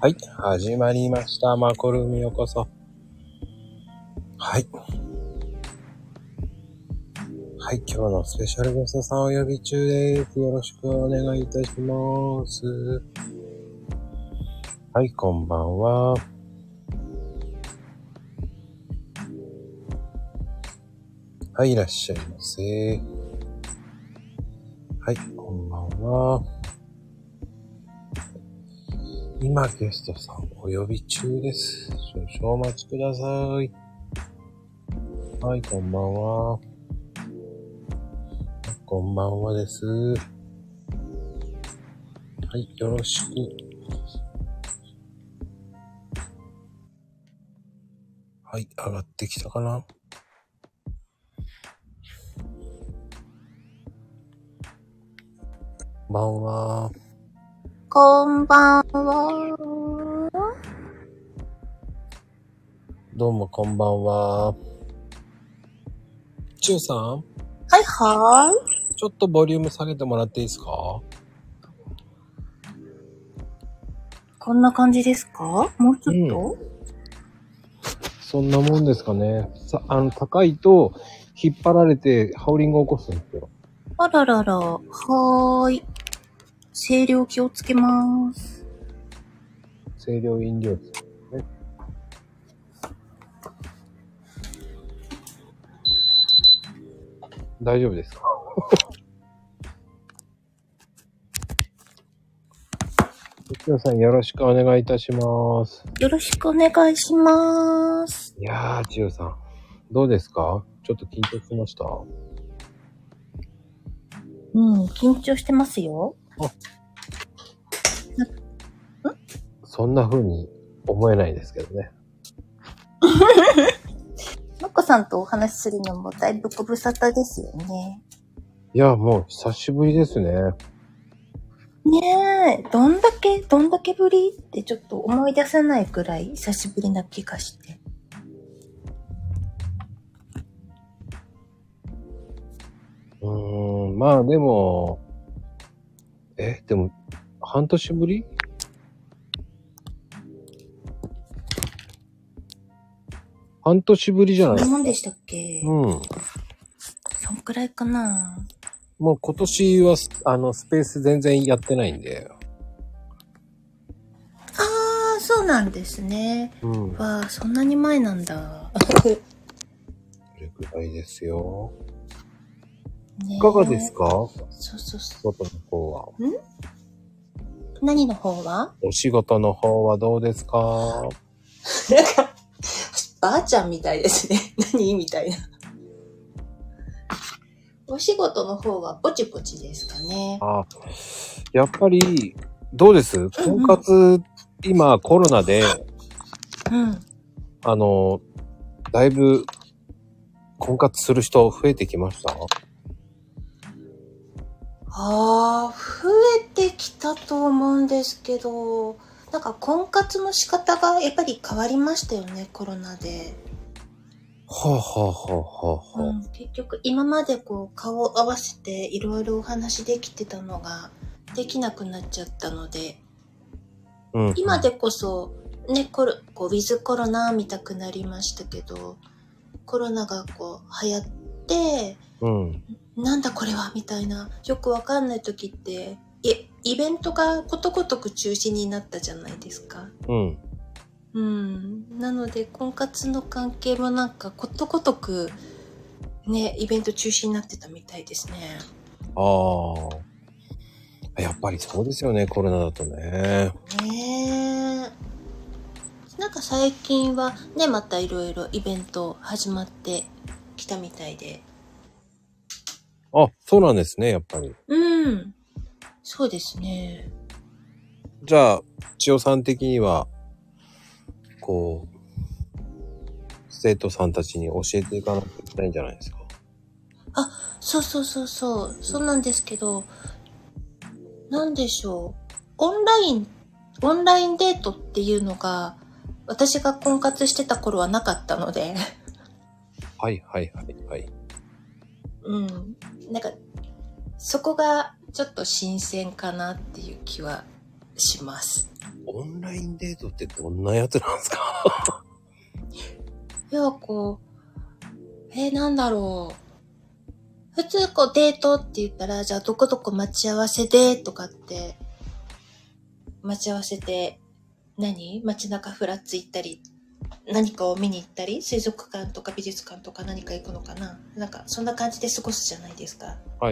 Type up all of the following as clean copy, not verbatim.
はい、始まりました。マコルームようこそ。はい。はい、今日のスペシャルゲストさんお呼び中です。よろしくお願いいたします。はい、こんばんは。はい、いらっしゃいませ。はい、こんばんは。今ゲストさんお呼び中です。少々お待ちください。はい、こんばんは。こんばんはです。はい、よろしく。はい、上がってきたかな。こんばんは。 こんばんは。 どうもこんばんは。ちゅうさん？ はいはい。 ちょっとボリューム下げてもらっていいですか？ こんな感じですか？もうちょっと、 そんなもんですかね。高いと引っ張られてハウリングを起こすんですよ。 あららら。はーい。声量気をつけます。 清涼飲料水ね。大丈夫ですか？ちゅうさんよろしくお願いいたします。 よろしくお願いします。 いやー、ちゅうさん。どうですか？ちょっと緊張しました？ 緊張してますよ。 そんな風に思えないですけどね。 のこさんとお話しするのもだいぶご無沙汰ですよね。 いや、もう久しぶりですね。 ねえ、どんだけぶりってちょっと思い出せないくらい久しぶりな気がして。 まあでも、でも、半年ぶり？半年ぶりじゃないですか。 そんなもんでしたっけ？そんくらいかな。 もう今年は、スペース全然やってないんで。 ああ、そうなんですね。わあ、そんなに前なんだ。 それくらいですよ。 ね、 いかがですか？ そう。 仕事の方は。 何の方は？ お仕事の方はどうですか？ なんか、ばあちゃんみたいですね。何みたいな。お仕事の方はぼちぼちですかね。 やっぱり、どうです？婚活、今コロナで、だいぶ婚活する人増えてきました？ 増えてきたと思うんですけど、なんか婚活の仕方がやっぱり変わりましたよね、コロナで。結局今までこう顔を合わせていろいろお話できてたのができなくなっちゃったので、今でこそね、こうウィズコロナ見たくなりましたけど、コロナがこう流行って、なんだこれはみたいな、よくわかんない時って、イベントがことごとく中止になったじゃないですか。なので婚活の関係もなんかことごとくね、イベント中止になってたみたいですね。 やっぱりそうですよね、コロナだとね。 なんか最近はね、またいろいろイベント始まってきたみたいで。 そうなんですね、やっぱり。 そうですね。 じゃあ、千代さん的には、こう、生徒さんたちに教えていかなきゃいけないんじゃないですか。 そう。そうなんですけど、なんでしょう。オンラインデートっていうのが、私が婚活してた頃はなかったので。 はい。 なんか、そこがちょっと新鮮かなっていう気はします。 オンラインデートってどんなやつなんですか？ いや、なんだろう。普通デートって言ったら、じゃあどこどこ待ち合わせでとかって、待ち合わせて、街中フラッツ行ったり、何かを見に行ったり、水族館とか美術館とか何か行くのかな、そんな感じで過ごすじゃないですか。 はい。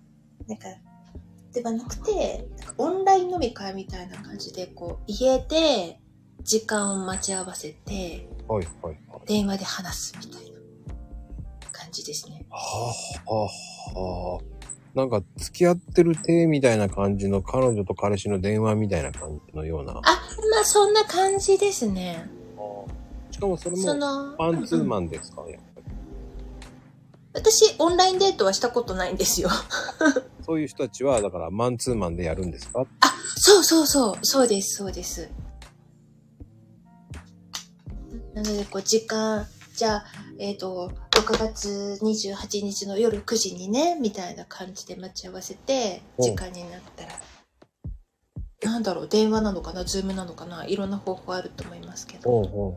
ではなくて、オンライン飲み会みたいな感じで、家で時間を待ち合わせて、 はいはいはい。 電話で話すみたいな感じですね。 はあ、はあ、はあ。なんか付き合ってる体みたいな感じの彼女と彼氏の電話みたいな感じのような。 まあそんな感じですね。 しかもそれもマンツーマンですか、やっぱり。 私、オンラインデートはしたことないんですよ。 そういう人たちは、だからマンツーマンでやるんですか？ そうです、そうです。なので、時間、じゃあ、6月28日の夜9時にね、みたいな感じで待ち合わせて、時間になったら、なんだろう、電話なのかな、ズームなのかな、いろんな方法あると思いますけど。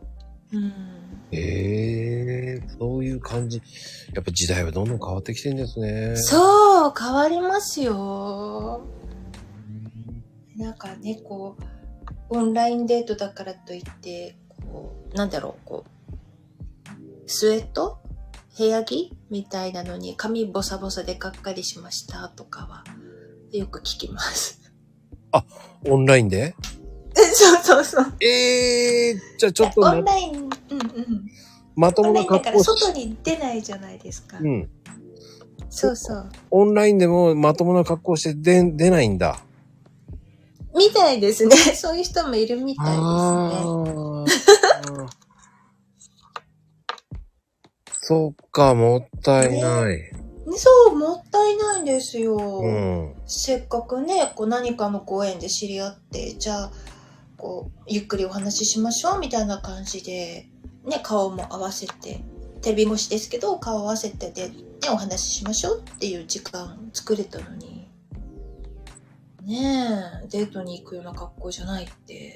そういう感じ。やっぱ時代はどんどん変わってきてるんですね。 そう、変わりますよ。なんかね、オンラインデートだからといって、なんだろう、スウェット部屋着みたいなのに髪ボサボサでがっかりしましたとかはよく聞きます。 あ、オンラインで？ そう。 じゃあちょっと、 オンライン、 まともな格好。 だから外に出ないじゃないですか。そう。 オンラインでもまともな格好して出ないんだ。 みたいですね。そういう人もいるみたいですね。 そっか、もったいない。 そう、もったいないんですよ。せっかくね、何かの公園で知り合って、じゃあ、ゆっくりお話ししましょうみたいな感じで、ね、顔も合わせて、テレビ越しですけど、顔合わせてで、ね、お話ししましょうっていう時間作れたのに、ねえ、デートに行くような格好じゃないって、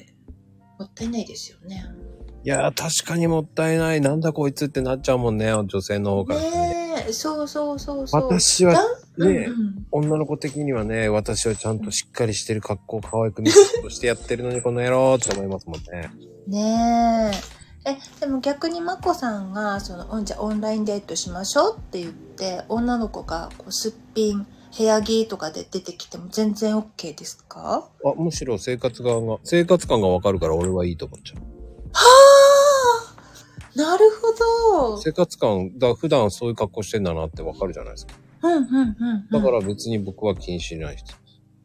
もったいないですよね。 いやー、確かにもったいない。なんだこいつってなっちゃうもんね、女性の方から。 ねえ、そう。 私はね、女の子的にはね、私はちゃんとしっかりしてる格好可愛く見せようとしてやってるのにこの野郎って思いますもんね。 ねえ。でも逆にまこさんが、じゃあオンラインデートしましょうって言って、女の子がすっぴん、部屋着とかで出てきても全然 OK ですか？ むしろ生活感がわかるから俺はいいと思っちゃう。 はあ、なるほど。 生活感、普段そういう格好してんだなってわかるじゃないですか。だから別に僕は気にしない人。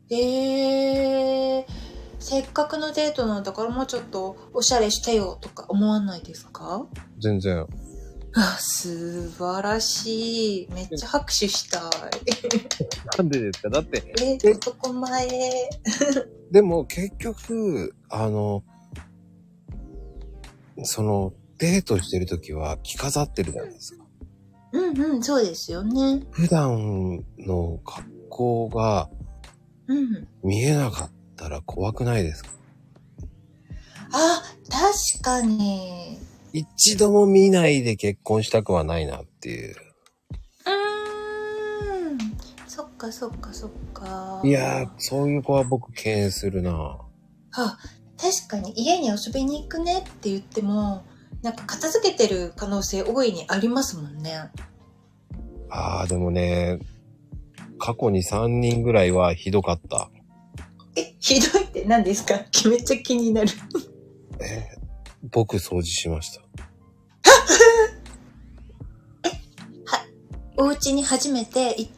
せっかくのデートなんだからもうちょっとおしゃれしてよとか思わないですか？ 全然。 素晴らしい。めっちゃ拍手したい。 なんでですか？だって。 男前。 でも結局、デートしてるときは着飾ってるじゃないですか。 そうですよね。 普段の格好が見えなかったら怖くないですか？ 確かに。 一度も見ないで結婚したくはないなっていう。 そっか。 いやー、そういう子は僕敬遠するな。 確かに家に遊びに行くねって言っても、なんか片付けてる可能性大いにありますもんね。 でもね、過去に3人ぐらいはひどかった。 ひどいって何ですか？めっちゃ気になる。 僕掃除しました。 お家に初めて行って、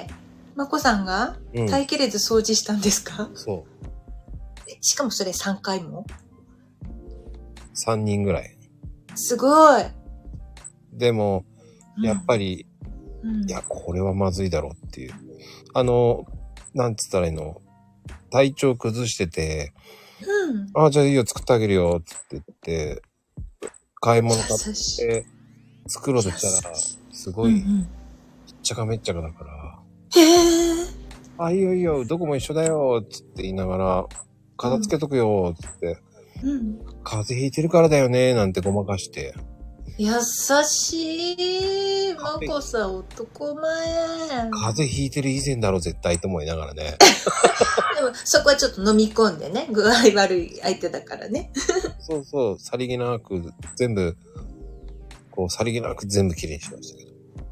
まこさんが耐えきれず掃除したんですか？ そう。 しかもそれ3回も ？3人ぐらい。 すごい。 でも、やっぱり、いや、これはまずいだろうっていう。なんつったらいいの？体調崩してて、じゃあいいよ、作ってあげるよ、つって言って、買い物買って作ろうとしたら、すごい、ひっちゃかめっちゃかだから、いいよいいよ、どこも一緒だよ、つって言いながら、 片付けとくよ、つって。風邪ひいてるからだよね、なんてごまかして。 優しい。まこさん、男前。 風邪ひいてる以前だろ、絶対と思いながらね。 でも、そこはちょっと飲み込んでね。具合悪い相手だからね。 そうそう、さりげなく、全部、こう、さりげなく全部きれいにしましたけど。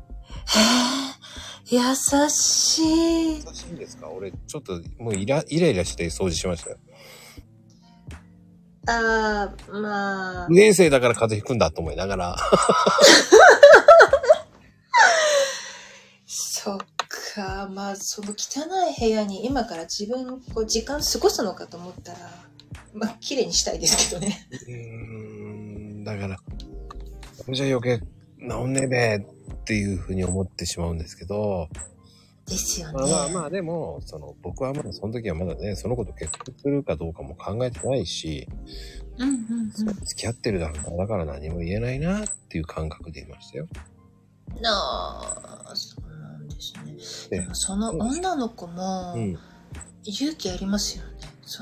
優しい。 優しいんですか？俺、ちょっと、もうイライラして掃除しましたよ。 まあ。 2年生だから風邪ひくんだと思いながら。 そっか、まあ、その汚い部屋に今から自分、時間過ごすのかと思ったら、まあ、綺麗にしたいですけどね。 だから、じゃあ余計治んねえべっていうふうに思ってしまうんですけど。 ですよね。 まあでも、僕はまだその時はまだね、その子と結婚するかどうかも考えてないし、付き合ってるだから何も言えないなっていう感覚でいましたよ。 そうなんですね。でもその女の子も、勇気ありますよね。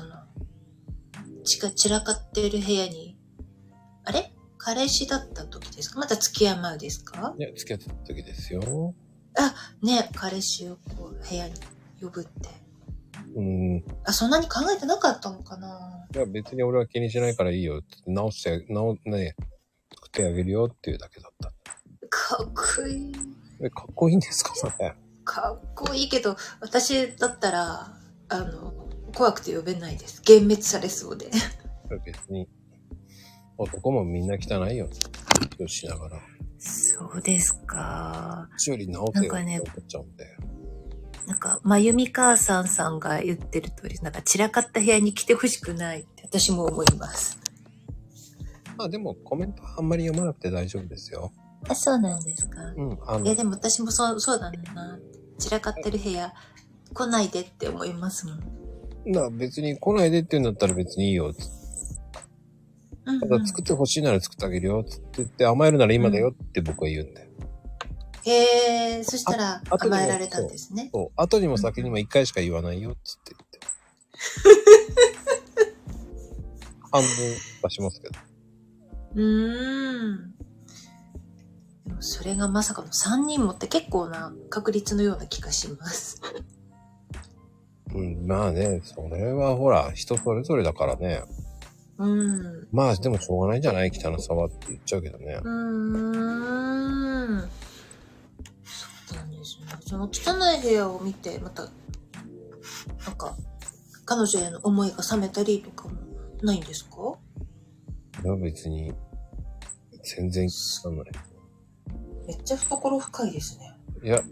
散らかってる部屋に、あれ？彼氏だった時ですか？また付き合う前ですか？ いや、付き合ってた時ですよ。 彼氏を部屋に呼ぶって。 そんなに考えてなかったのかな？ いや、別に俺は気にしないからいいよって作ってあげるよっていうだけだった。 かっこいい。 かっこいいんですか、それ。 かっこいいけど、私だったら、怖くて呼べないです。幻滅されそうで。 別に、男もみんな汚いよ。としながら。 そうですか。 修理直せよって思っちゃうんで。 まゆみ母さんが言ってる通り、散らかった部屋に来てほしくないって私も思います。 まあでもコメントはあんまり読まなくて大丈夫ですよ。 そうなんですか。でも私もそうだな。散らかってる部屋来ないでって思いますもん。 別に来ないでって言うんだったら別にいいよ。ただ作ってほしいなら作ってあげるよって言って甘えるなら今だよって僕は言うんだよ。 そしたら甘えられたんですね。 そう。後にも先にも1回しか言わないよって言って。半分出しますけど。 でもそれがまさかの3人もって結構な確率のような気がします。 まあね、それはほら、人それぞれだからね。まあでもしょうがないんじゃない？汚さはって言っちゃうけどね。 そうなんですね。その汚い部屋を見て、また、彼女への思いが冷めたりとかもないんですか？ いや、別に、全然汚い。 めっちゃ懐深いですね。 いや、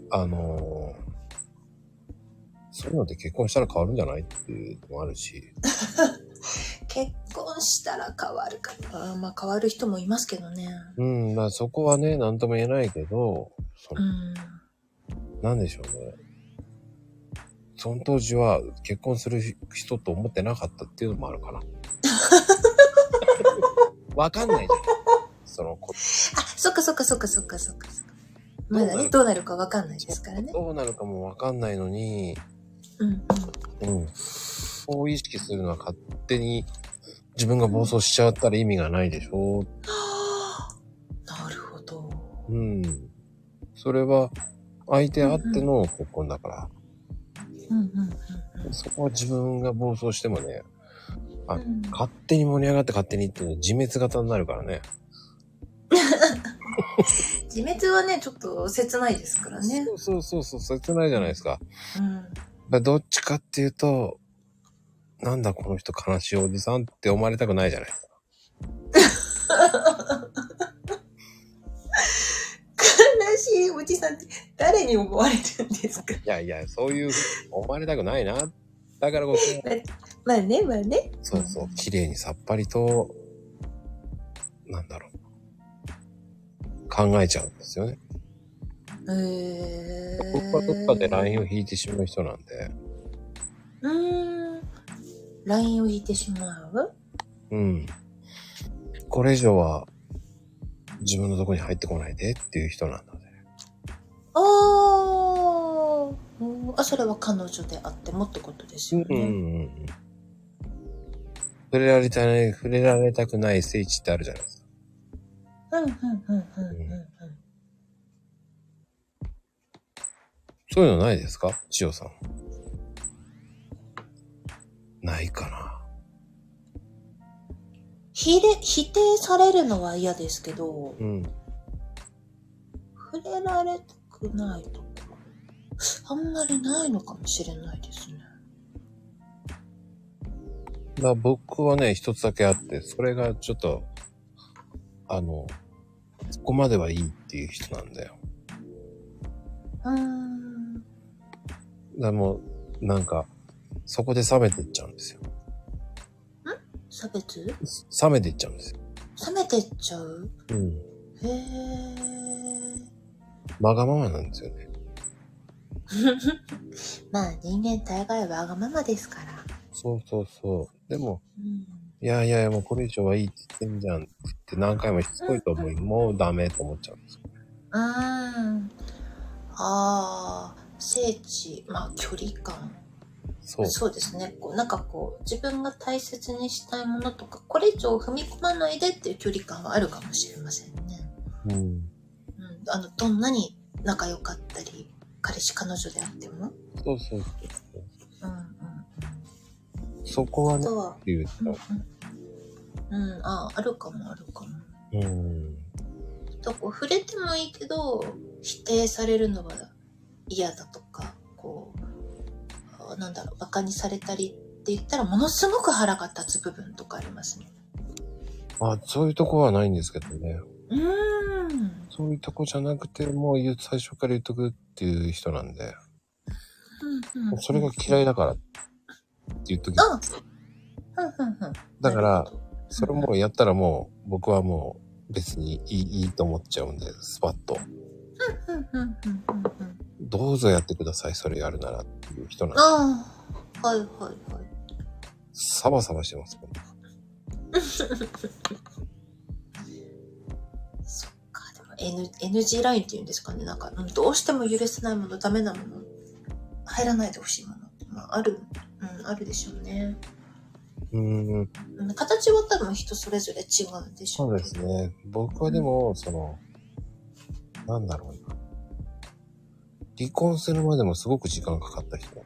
そういうので結婚したら変わるんじゃないっていうのもあるし。 結婚したら変わるかな。まあ変わる人もいますけどね。 まあそこはね、なんとも言えないけど、なんでしょうね。その当時は結婚する人と思ってなかったっていうのもあるかな。わかんないじゃん。その子。 そっか。まだね、どうなるかわかんないですからね。 どうなるかもわかんないのに、そう意識するのは勝手に自分が暴走しちゃったら意味がないでしょ。 なるほど。 それは相手あっての結婚だから。そこは自分が暴走してもね、勝手に盛り上がって勝手にって自滅型になるからね。 自滅はね、ちょっと切ないですからね。 そう、切ないじゃないですか。どっちかっていうと、なんだこの人悲しいおじさんって思われたくないじゃないですか。 悲しいおじさんって誰に思われてるんですか？ いや、そういう思われたくないな。だからこそ。 まあね。 そう、綺麗にさっぱりと、考えちゃうんですよね。僕はどっかでラインを引いてしまう人なんで。 ラインを引いてしまう？ これ以上は自分のとこに入ってこないでっていう人なんだね。 それは彼女であってもってことですよね。 触れられたくない聖地ってあるじゃないですか。そういうのないですか？千代さん。ないかな。 否定されるのは嫌ですけど、触れられたくないとこあんまりないのかもしれないですね。 僕はね、一つだけあって、それがちょっと、そこまではいいっていう人なんだよ。もう、なんか、そこで冷めていっちゃうんですよ。 差別？ 冷めていっちゃうんですよ。 冷めていっちゃう？へわがままなんですよね。 まあ人間大概わがままですから。 そうそうそう。でも、いやいやもうこれ以上はいいって言ってんじゃんって言って何回もしつこいと思い、もうダメと思っちゃうんですよ。 聖地、まあ距離感。そうですね。なんか自分が大切にしたいものとか、これ以上踏み込まないでっていう距離感はあるかもしれませんね。どんなに仲良かったり、彼氏彼女であっても。そう。 そこはね、っていうと。 あるかも。触れてもいいけど、否定されるのは嫌だとか、馬鹿にされたりって言ったらものすごく腹が立つ部分とかありますね。 そういうとこはないんですけどね。そういうとこじゃなくて、もう最初から言っとくっていう人なんで。それが嫌いだからって言っときます。だから、それもやったらもう、僕はもう別にいいと思っちゃうんで、スパッと。どうぞやってください、それやるならっていう人なんで。はい。サバサバしてますもん。 そっか、でも NG ラインっていうんですかね。なんか、どうしても許せないもの、ダメなもの、入らないでほしいものって、あるでしょうね。形は多分人それぞれ違うんでしょうけど。 そうですね。僕はでも、なんだろうな。離婚するまでもすごく時間かかった人だった。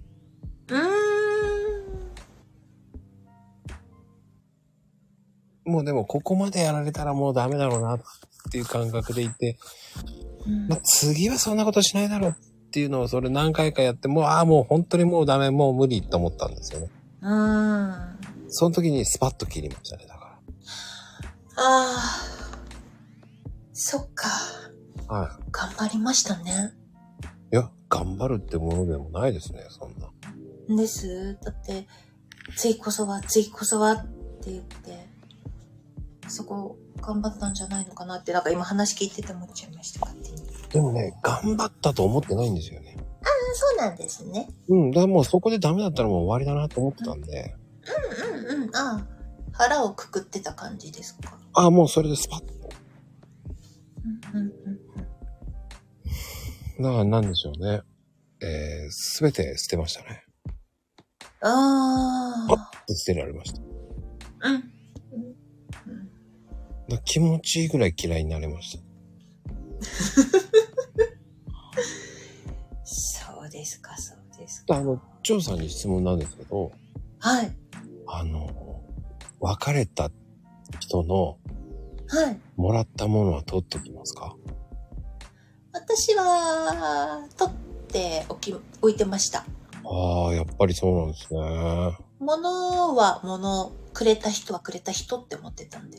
もうでもここまでやられたらもうダメだろうなっていう感覚でいて、次はそんなことしないだろうっていうのをそれ何回かやってもう本当にもうダメ、もう無理と思ったんですよね。その時にスパッと切りましたね、だから。 そっか。 はい。 頑張りましたね。 いや、頑張るってものでもないですね、そんな。 です。だって、次こそはって言って、そこ頑張ったんじゃないのかなって、なんか今話聞いてて思っちゃいました、勝手に。 でもね、頑張ったと思ってないんですよね。 そうなんですね。 だからもうそこでダメだったらもう終わりだなと思ってたんで。 腹をくくってた感じですか？ もうそれでスパッと。だからなんでしょうね。すべて捨てましたね。パッと捨てられました。気持ちいいぐらい嫌いになれました。 そうですか。 張さんに質問なんですけど。 はい。 別れた人の、もらったものは取っときますか？ 私は、取って置いてました。 やっぱりそうなんですね。 物は物、くれた人はくれた人って思ってたんで。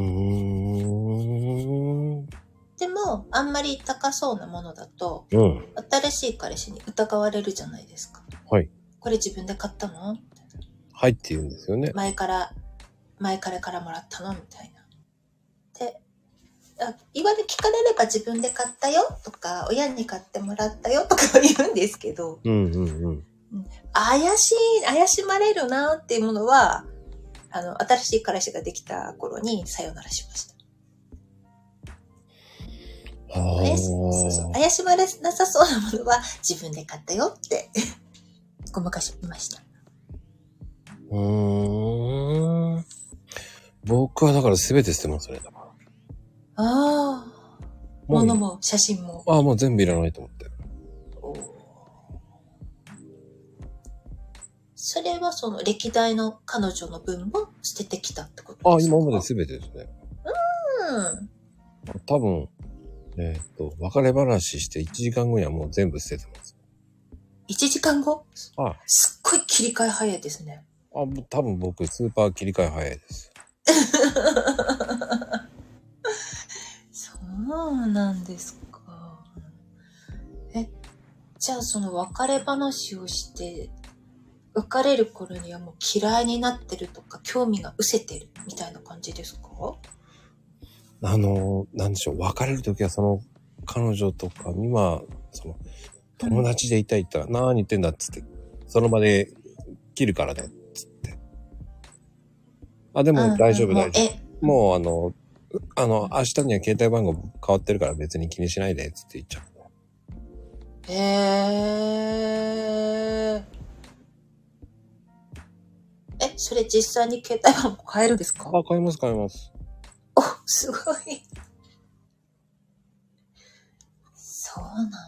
でも、あんまり高そうなものだと、新しい彼氏に疑われるじゃないですか。 はい。 これ自分で買ったの？ はいって言うんですよね。 前彼からもらったのみたいな。で、聞かれれば自分で買ったよとか、親に買ってもらったよとか言うんですけど、怪しまれるなっていうものは、新しい彼氏ができた頃にさよならしました。怪しまれなさそうなものは自分で買ったよってごまかしました。 僕はだから全て捨てますね。だからああ。物も写真も。 ああ、もう全部いらないと思って。 それはその歴代の彼女の分も捨ててきたってことですか？ ああ、今まで全てですね。多分、別れ話して1時間後にはもう全部捨ててます。 1時間後？ ああ、 すっごい切り替え早いですね。 あ、多分僕スーパー切り替え早いです。 そうなんですか。じゃあその別れ話をして別れる頃にはもう嫌いになってるとか興味が失せてるみたいな感じですか？ なんでしょう、別れるときはその彼女とかにはその友達でいたいって何言ってんだっつってその場で切るからねっつって、あ、でも大丈夫大丈夫、もう明日には携帯番号変わってるから別に気にしないでっつって言っちゃう。 それ実際に携帯番号変えるんですか？ あ、変えます変えます。 お、すごい。そうなんだ。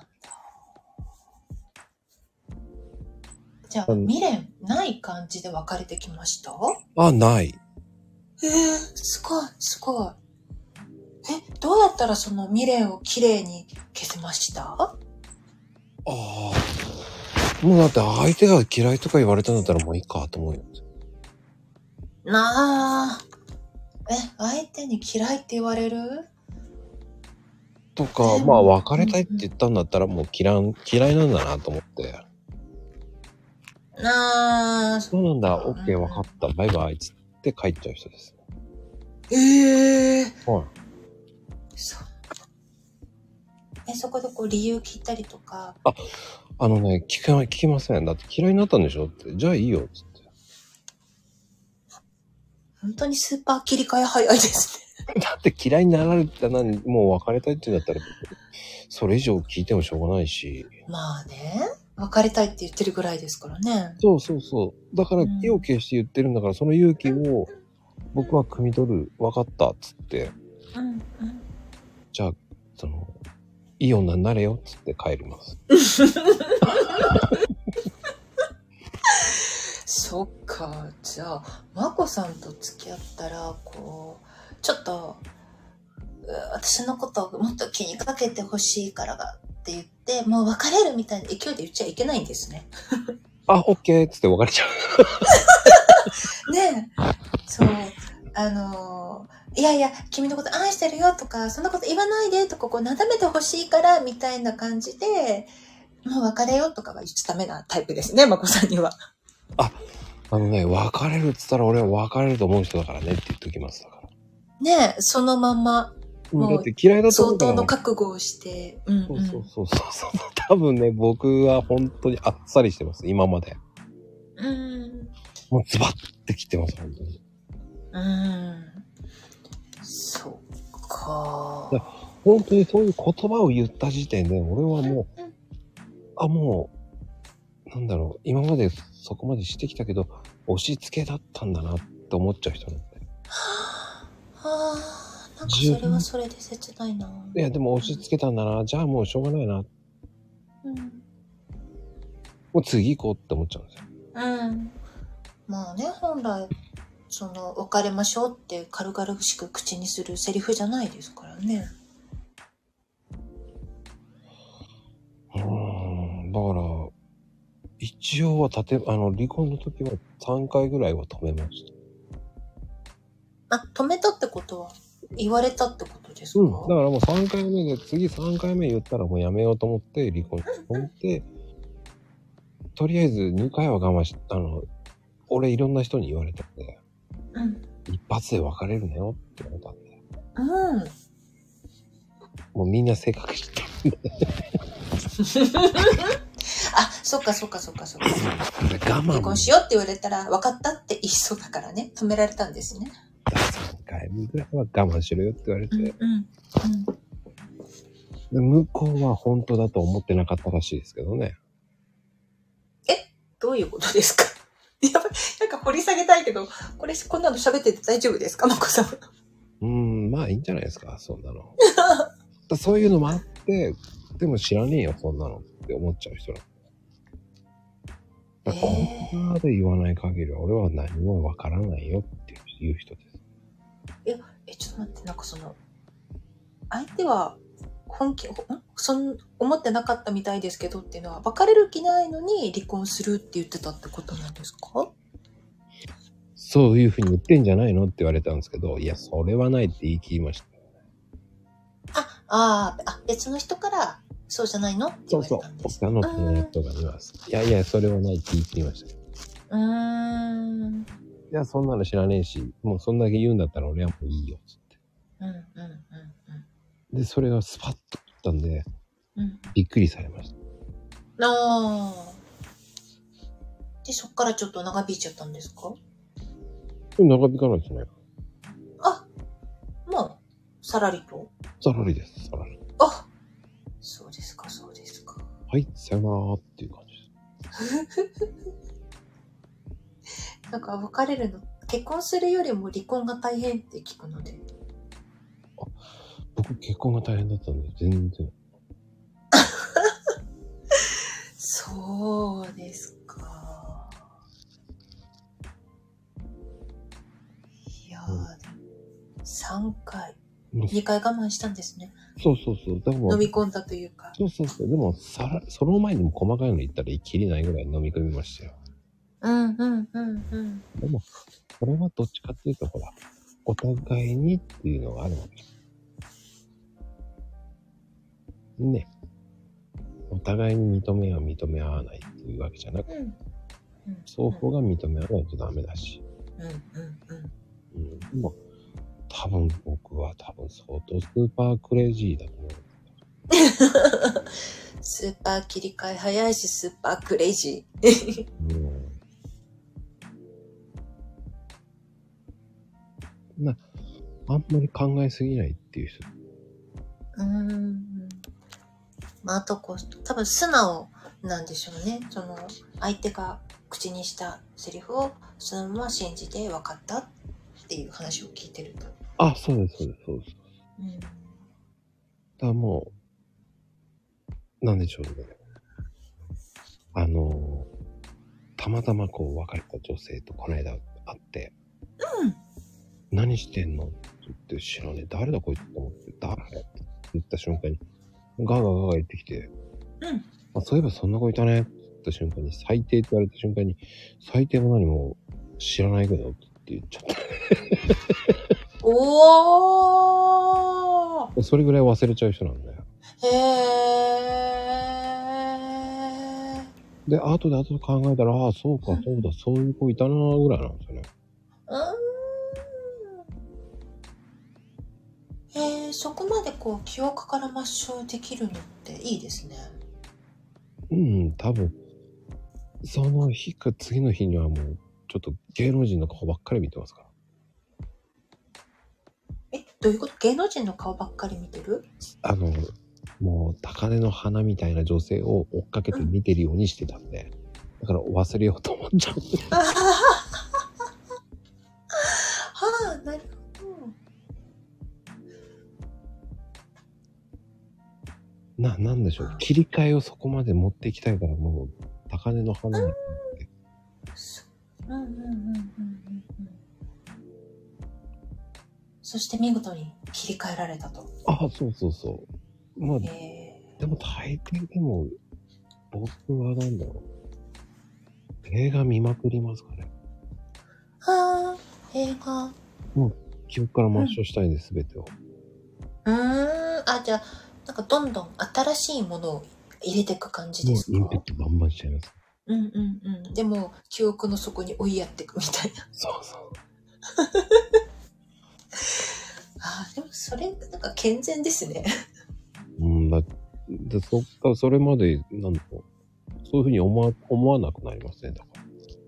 じゃあ、未練ない感じで別れてきました？ あ、ない。 すごい、すごい。どうやったらその未練をきれいに消せました？ ああ。もうだって相手が嫌いとか言われたんだったらもういいかと思うよ。 なあ。相手に嫌いって言われる？ とか、まあ別れたいって言ったんだったらもう嫌いなんだなと思って。そうなんだ、オッケー分かった、バイバイつって帰っちゃう人です。はい。 そこでこう理由聞いたりとか。 聞きません。だって嫌いになったんでしょって。じゃあいいよつって。 本当にスーパー切り替え早いですね。だって嫌いになられたらもう別れたいって言うんだったら、それ以上聞いてもしょうがないし。 まあね。別れたいって言ってるぐらいですからね。 そうそうそう。だから気を消して言ってるんだから、その勇気を僕は汲み取る。分かったっつって。じゃあ、いい女になれよっつって帰ります。 そっか。じゃあ、まこさんと付き合ったら、こう、ちょっと、私のことをもっと気にかけてほしいからがって言って、もう別れるみたいな勢いで言っちゃいけないんですね。 あ、オッケーっつって別れちゃう。ねえ。そう。いやいや、君のこと愛してるよとか、そんなこと言わないでとか、こう、なだめてほしいから、みたいな感じで、もう別れよとかは言っちゃダメなタイプですね、まこさんには。 別れるっつったら俺は別れると思う人だからねって言っときます。だから。 ねえ、そのまま。 だって嫌いだと思うから。 相当の覚悟をして。 そう。多分ね、僕は本当にあっさりしてます、今まで。もうズバッて切ってます、本当に。 そっか。 本当にそういう言葉を言った時点で、俺はもう、なんだろう、今までそこまでしてきたけど、押し付けだったんだなって思っちゃう人なんで。 なんかそれはそれで切ないな。 いや、でも押し付けたんだな。じゃあもうしょうがないな。もう次行こうって思っちゃうんですよ。 まあね、本来、別れましょうって軽々しく口にするセリフじゃないですからね。 だから、一応は離婚の時は3回ぐらいは止めました。 止めたってことは言われたってことですか？ だからもう3回目で、次3回目言ったらもうやめようと思って離婚と思って、とりあえず2回は我慢し、俺いろんな人に言われたんで、一発で別れるなよって言われたんで。もうみんな性格知ってるんで。 そっか。離婚しようって言われたら分かったって言いそうだからね。止められたんですね。 3回目ぐらいは我慢しろよって言われて。で向こうは本当だと思ってなかったらしいですけどね。 どういうことですか？ やっぱり、なんか掘り下げたいけど、こんなの喋ってて大丈夫ですか、まこさん。 まあいいんじゃないですか、そんなの。そういうのもあって、でも知らねえよ、そんなのって思っちゃう人なの。こんなで言わない限りは俺は何もわからないよっていう人です。 ちょっと待って、なんか相手は思ってなかったみたいですけどっていうのは、別れる気ないのに離婚するって言ってたってことなんですか？ そういうふうに言ってんじゃないのって言われたんですけど、いや、それはないって言い切りました。 別の人からそうじゃないのって言われたんです。 他の友達とかには、いや、それはないって言い切りました。いや、そんなの知らねえし、もうそんだけ言うんだったら俺はもういいよ、つって。で、それがスパッと切ったんで、びっくりされました。 で、そっからちょっと長引いちゃったんですか？ 長引かないですね。 もう、さらりと？ さらりです、さらり。 そうですか、そうですか。 はい、さよならっていう感じです。なんか別れるの、結婚するよりも離婚が大変って聞くので。 僕結婚が大変だったんで、全然。 そうですか。いや3回。2回我慢したんですね。 そう。でも飲み込んだというか。 そう。でも、その前にも細かいの言ったらきりないぐらい飲み込みましたよ。でも、これはどっちかっていうと、ほら、お互いにっていうのがあるわけ。ね。お互いに認め合わないっていうわけじゃなくて、双方が認め合わないとダメだし。でも、僕は相当スーパークレイジーだと思う。 スーパー切り替え早いし、スーパークレイジー。 あんまり考えすぎないっていう人。 あと多分素直なんでしょうね。相手が口にしたセリフをそのまま信じて分かったっていう話を聞いてると。 そうです。だからもう、なんでしょうね。たまたま別れた女性とこの間会って、何してんのって言って知らねえ。誰だこいつと思って、誰って言った瞬間に、ガー言ってきて、そういえばそんな子いたねって言った瞬間に、最低って言われた瞬間に、最低も何も知らないけどって言っちゃった。それぐらい忘れちゃう人なんだよ。で、後で考えたら、そうか、そうだ、そういう子いたなぐらいなんですよね。 そこまで記憶から抹消できるのっていいですね。 多分、その日か次の日にはもう、ちょっと芸能人の顔ばっかり見てますから。 どういうこと？芸能人の顔ばっかり見てる？ もう、高嶺の花みたいな女性を追っかけて見てるようにしてたんで、だから忘れようと思っちゃう。 なるほど。 なんでしょう。切り替えをそこまで持っていきたいから、もう、高嶺の花になって。 そして見事に切り替えられたと。 そう。まあ、でも大抵でも、僕はなんだろう。映画見まくりますかね。 映画。 もう、記憶から抹消したいんです、すべてを。 じゃあ、なんかどんどん新しいものを入れていく感じですか？ もうインペットバンバンしちゃいます。 でも、記憶の底に追いやっていくみたいな。 そう。 でもそれ、なんか健全ですね。 それまで、なんと、そういうふうに思わなくなりますね、だから。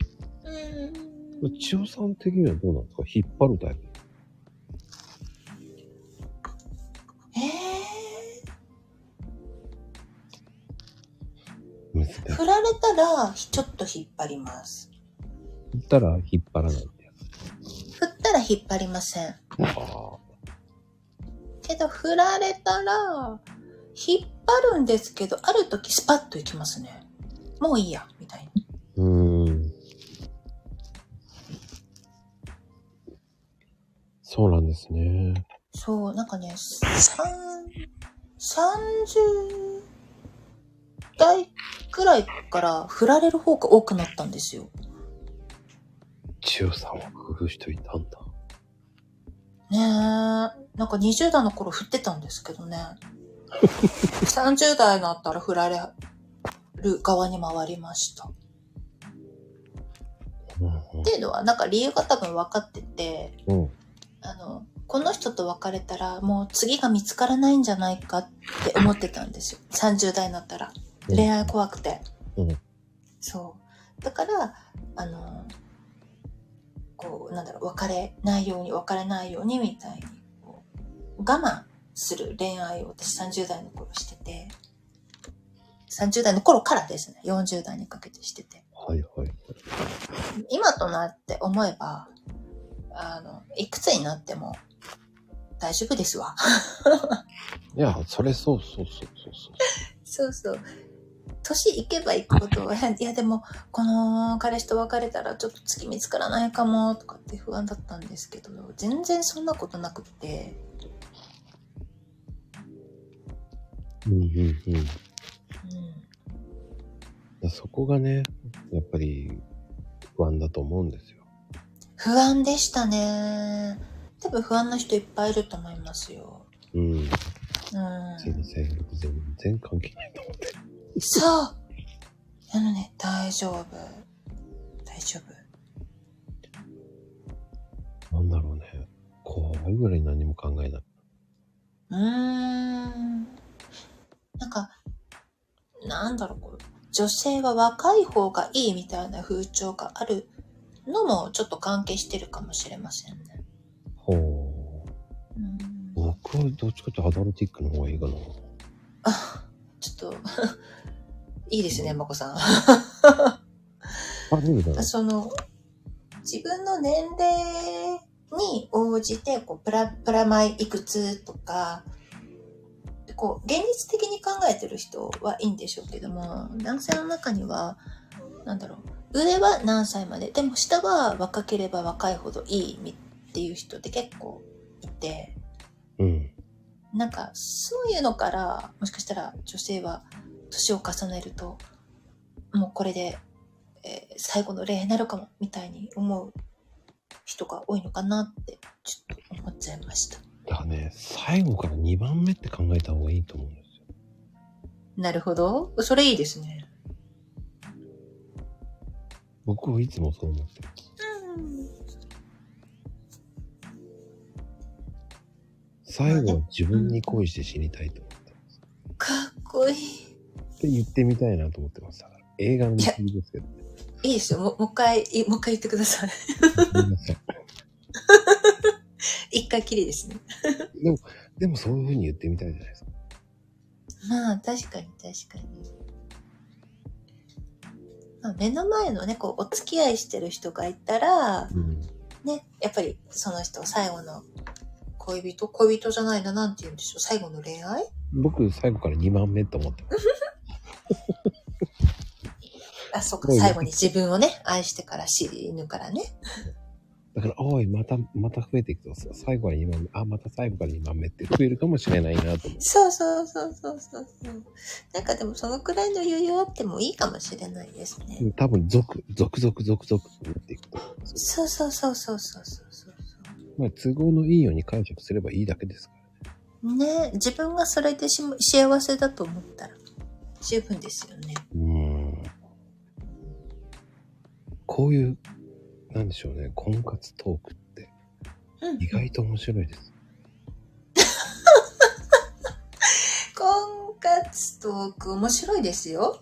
千代さん的にはどうなんですか？引っ張るタイプ？ 振られたら、ちょっと引っ張ります。 振ったら引っ張らないってや振ったら引っ張りません。けど振られたら引っ張るんですけど、ある時スパッといきますね。もういいやみたいに。 そうなんですね。 そう、なんかね、30代くらいから振られる方が多くなったんですよ。 千代さんは振る人いたんだ。 ねえ、なんか20代の頃振ってたんですけどね。30代になったら振られる側に回りました。っていうのは、なんか理由が多分分かってて、この人と別れたらもう次が見つからないんじゃないかって思ってたんですよ。30代になったら。恋愛怖くて。そう。だから、こう、なんだろう、別れないようにみたいに、こう我慢する恋愛を私30代の頃してて、30代の頃からですね、40代にかけてしてて。 はいはい。 今となって思えば、いくつになっても大丈夫ですわ。 いや、それそう。 そうそう。年いけばいくほど、いやでも、この彼氏と別れたらちょっと次見つからないかも、とかって不安だったんですけど、全然そんなことなくって。 そこがね、やっぱり不安だと思うんですよ。 不安でしたね。多分不安な人いっぱいいると思いますよ。すいません、僕全然関係ないと思って。 そう。大丈夫。 なんだろうね。怖いぐらい何も考えない。 なんか、なんだろう、こう、女性は若い方がいいみたいな風潮があるのもちょっと関係してるかもしれませんね。 ほう。僕はどっちかというとアダルティックの方がいいかな。 ちょっといいですね、まこさん。 いいかな。 自分の年齢に応じて、こう、プラマイいくつとか、こう、現実的に考えてる人はいいんでしょうけども、男性の中には、なんだろう、上は何歳まで、でも下は若ければ若いほどいいっていう人って結構いて、なんか、そういうのから、もしかしたら女性は年を重ねると、もうこれで、最後の恋愛になるかも、みたいに思う人が多いのかなって、ちょっと思っちゃいました。 だからね、最後から2番目って考えた方がいいと思うんですよ。 なるほど。それいいですね。 僕はいつもそう思ってる。最後は自分に恋して死にたいと思ってます。 かっこいい。 って言ってみたいなと思ってます。だから映画の見過ぎですけどね。 いいですよ。もう一回言ってください。すみません。一回きりですね。 でもそういう風に言ってみたいじゃないですか。 まあ、確かに。まあ、目の前のね、こう、お付き合いしてる人がいたら、ね、やっぱりその人最後の恋人じゃないな、なんて言うんでしょう、最後の恋愛？ 僕、最後から2番目と思ってます。 あ、そっか、最後に自分をね、愛してから死ぬからね。 だから、おい、また増えていくと、最後は2番目、また最後から2番目って増えるかもしれないなと思って。 そう。なんかでもそのくらいの余裕あってもいいかもしれないですね。 多分、続ってなっていくと。 そう。 まあ、都合のいいように解釈すればいいだけですからね。ね、自分がそれで幸せだと思ったら十分ですよね。 こういう、なんでしょうね、婚活トークって意外と面白いです。 婚活トーク面白いですよ。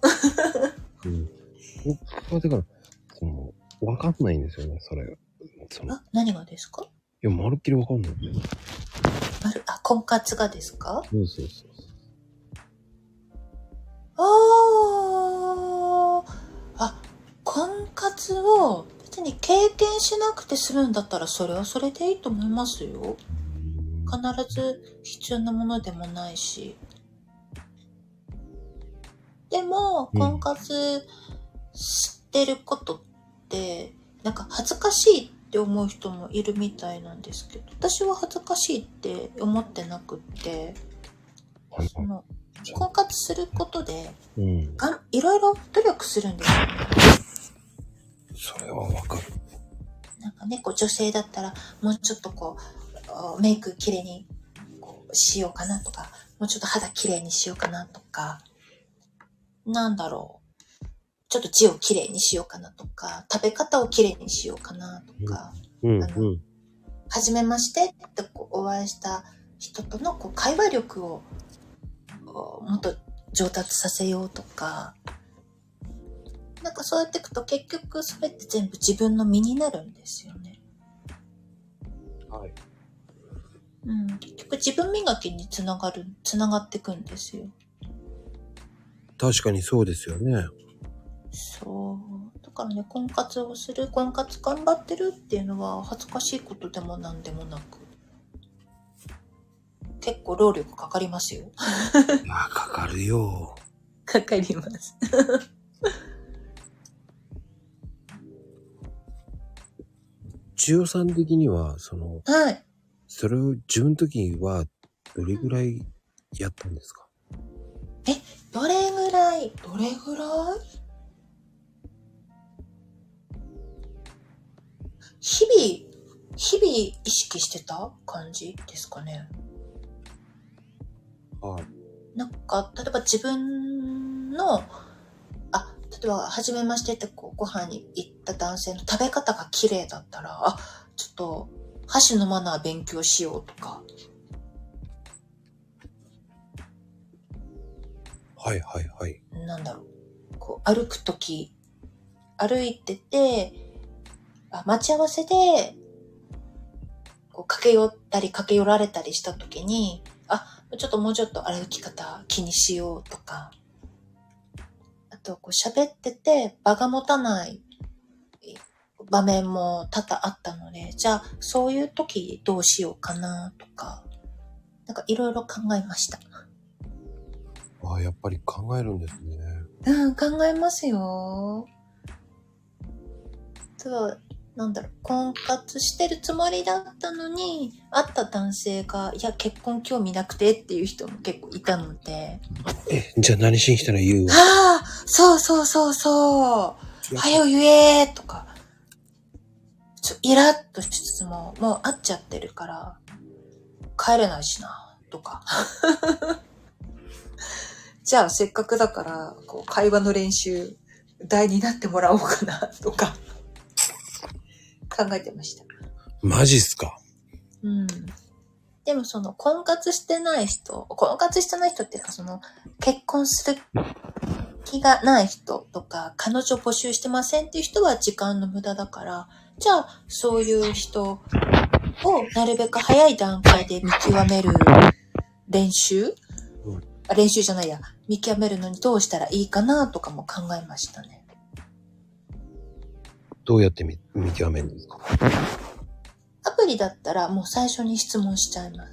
僕はだからわかんないんですよね、それ。 何がですか？ いや、まるっきりわかんないんだよ。 婚活がですか？ そう。 婚活を別に経験しなくて済むんだったらそれはそれでいいと思いますよ。必ず必要なものでもないし。でも、婚活してることって、なんか恥ずかしいって思う人もいるみたいなんですけど、私は恥ずかしいって思ってなくって、婚活することで、いろいろ努力するんですよね。 それはわかる。 なんかね、女性だったら、もうちょっとメイクきれいにしようかなとか、もうちょっと肌きれいにしようかなとか、なんだろう。ちょっと字をきれいにしようかなとか、食べ方をきれいにしようかなとか、初めましてってお会いした人との会話力をもっと上達させようとか、なんかそうやっていくと結局それって全部自分の身になるんですよね。 はい。 結局自分磨きにつながっていくんですよ。 確かにそうですよね。 そう。だからね、婚活頑張ってるっていうのは恥ずかしいことでもなんでもなく、結構労力かかりますよ。 いや、かかるよ。 かかります。 千代さん的には、 はい。 それを自分の時はどれぐらいやったんですか？ どれぐらい日々意識してた感じですかね。 はい。 なんか、例えば自分の、例えば、初めましてってご飯に行った男性の食べ方が綺麗だったら、ちょっと、箸のマナー勉強しようとか。 はいはいはい。 なんだろう。歩くとき、歩いてて、待ち合わせで、駆け寄ったり駆け寄られたりしたときに、もうちょっと歩き方気にしようとか。あと、喋ってて場が持たない場面も多々あったので、じゃあ、そういう時どうしようかなとか、なんかいろいろ考えました。 やっぱり考えるんですね。 考えますよ。婚活してるつもりだったのに、会った男性が、いや、結婚興味なくてっていう人も結構いたので。 じゃあ何しに来たら言うわ。 そう。早う言えーとか。イラッとしつつも、もう会っちゃってるから、帰れないしな、とか。じゃあ、せっかくだから、会話の練習、代になってもらおうかな、とか。考えてました。 マジっすか？ でも婚活してない人っていうか結婚する気がない人とか、彼女募集してませんっていう人は時間の無駄だから、じゃあそういう人をなるべく早い段階で見極める練習じゃないや、見極めるのにどうしたらいいかなとかも考えましたね。 どうやって見極めるんですか？ アプリだったらもう最初に質問しちゃいます。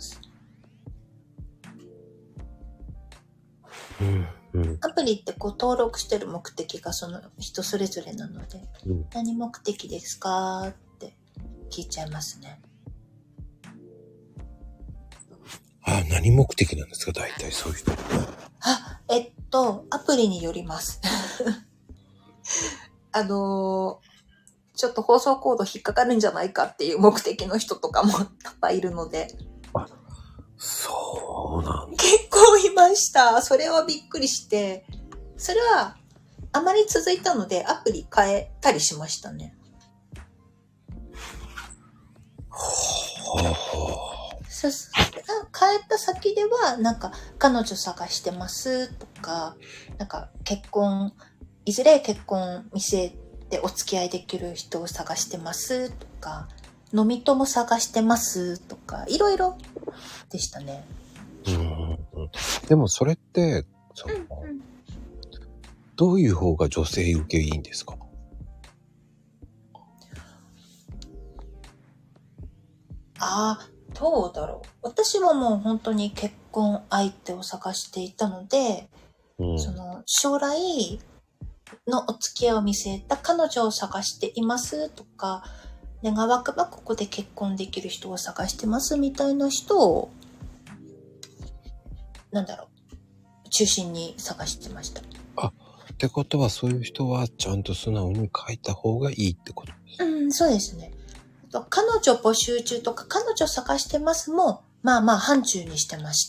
アプリって登録してる目的が人それぞれなので、何目的ですかって聞いちゃいますね。 何目的なんですか？大体そういう人。 アプリによります。ちょっと放送コード引っかかるんじゃないかっていう目的の人とかも多々いるので。 そうなんだ。 結構いました。それはびっくりして、それはあまり続いたのでアプリ変えたりしましたね。変えた先では、なんか彼女探してますとか、なんかいずれ結婚見据えてお付き合いできる人を探してますとか、飲み友探してますとか、いろいろでしたね。 でもそれってどういう方が女性受けいいんですか？ ああ、どうだろう。私はもう本当に結婚相手を探していたので、その将来のお付き合いを見据えた彼女を探していますとか、願わくばここで結婚できる人を探してますみたいな人を、中心に探してました。 あ、ってことはそういう人はちゃんと素直に書いた方がいいってことですか？ そうですね。彼女募集中とか彼女探してますも、まあまあ範疇にしてました。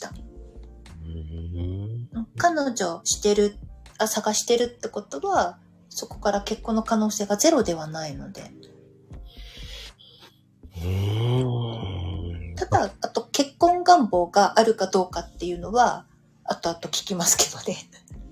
彼女してる、探してるってことは、そこから結婚の可能性がゼロではないので。ただ、あと結婚願望があるかどうかっていうのは、後々聞きますけどね。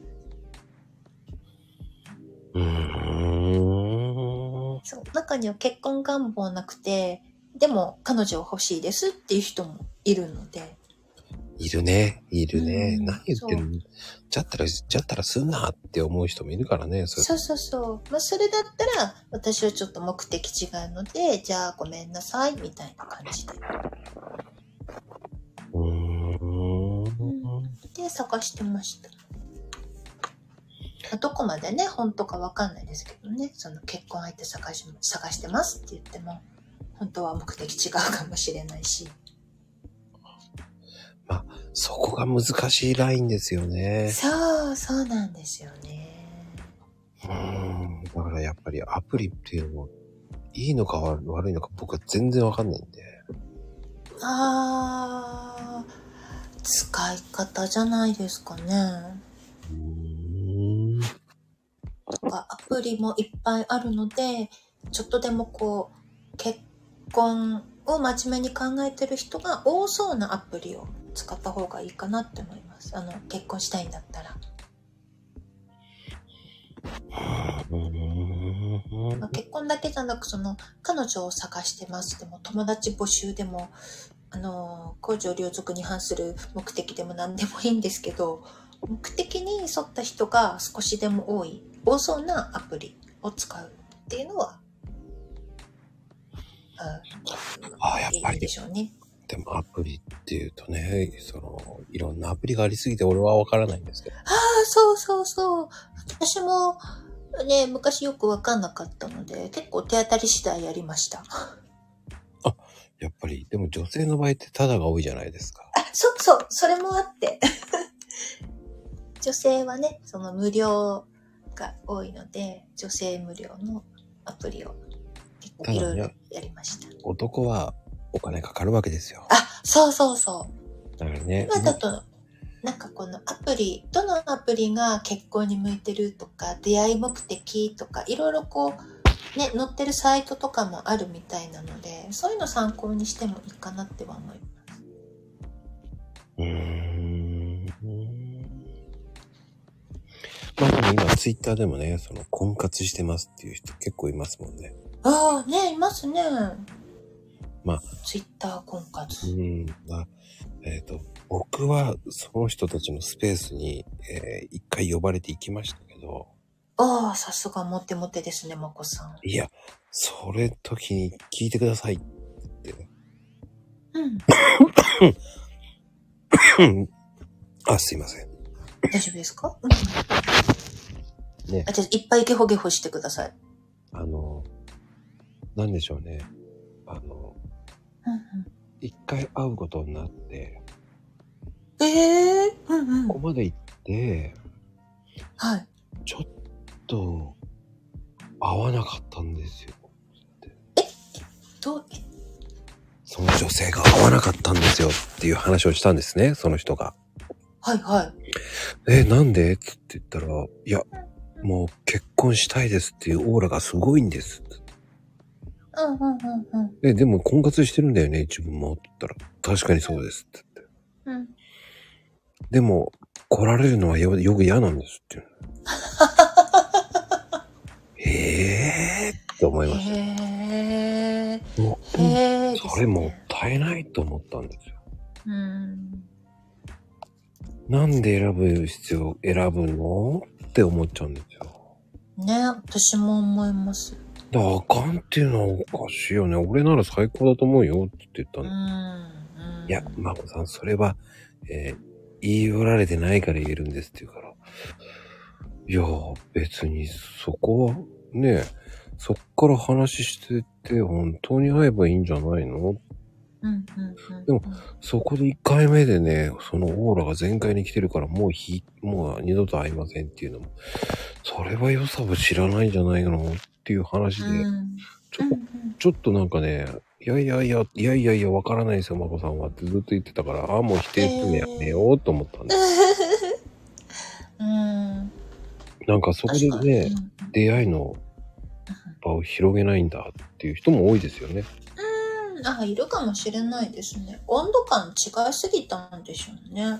そう、中には結婚願望なくて、でも彼女欲しいですっていう人もいるので。 いるね。何言ってるの？じゃったらすんなって思う人もいるからね。 そう。まあ、それだったら、私はちょっと目的違うので、じゃあごめんなさい、みたいな感じで。で、探してました。どこまでね、本当かわかんないですけどね、その結婚相手探してますって言っても、本当は目的違うかもしれないし。 まあ、そこが難しいラインですよね。 そうなんですよね。 だからやっぱりアプリっていうのも、いいのか悪いのか僕は全然わかんないんで。 使い方じゃないですかね。アプリもいっぱいあるので、ちょっとでもこう、結婚を真面目に考えてる人が多そうなアプリを使った方がいいかなって思います。結婚したいんだったら。結婚だけじゃなく、彼女を探してますでも、友達募集でも、公序良俗に反する目的でも何でもいいんですけど、目的に沿った人が少しでも多そうなアプリを使うっていうのは、 やっぱりいいでしょうね。 でもアプリっていうとね、いろんなアプリがありすぎて俺はわからないんですけど。 そう。私もね、昔よくわかんなかったので、結構手当たり次第やりました。 やっぱり、でも女性の場合ってタダが多いじゃないですか。 そう、それもあって。女性はね、無料が多いので、女性無料のアプリを結構いろいろやりました。 男はお金かかるわけですよ。 そう。 だからね。 今だと、このどのアプリが結婚に向いてるとか、出会い目的とか、いろいろ載ってるサイトとかもあるみたいなので、そういうの参考にしてもいいかなっては思います。 まあでも今ツイッターでもね、婚活してますっていう人結構いますもんね。 いますね。 まあ。 ツイッター婚活。 僕はその人たちのスペースに、一回呼ばれて行きましたけど。 さすがモテモテですね、まこさん。 いや、それ時に聞いてくださいって。すいません。 大丈夫ですか？ね。じゃあいっぱいゲホゲホしてください。 なんでしょうね。一回会うことになって、ここまで行って、ちょっと合わなかったんですよ。その女性が合わなかったんですよっていう話をしたんですね、その人が。なんでって言ったら、いや、もう結婚したいですっていうオーラがすごいんです。でも婚活してるんだよね、自分もって言ったら、確かにそうですって言って。でも、来られるのはよく嫌なんですって言う。って思いました。それもったいないと思ったんですよ。なんで選ぶのって思っちゃうんですよ。 ね、私も思います。 あかんっていうのはおかしいよね。俺なら最高だと思うよって言ったの。いや、まこさん、それは、言い寄られてないから言えるんですって言うから。いや、別にそこは、ね、そっから話してって、本当に会えばいいんじゃないの？でも、そこで1回目でね、そのオーラが全開に来てるから、もう二度と会いませんっていうのも、それは良さを知らないんじゃないのっていう話で、ちょっとなんかね、いや、わからないですよ、まこさんはってずっと言ってたから、もう否定するのやめようと思ったんです。なんかそこでね、出会いの場を広げないんだっていう人も多いですよね。 いるかもしれないですね。温度感違いすぎたんでしょうね。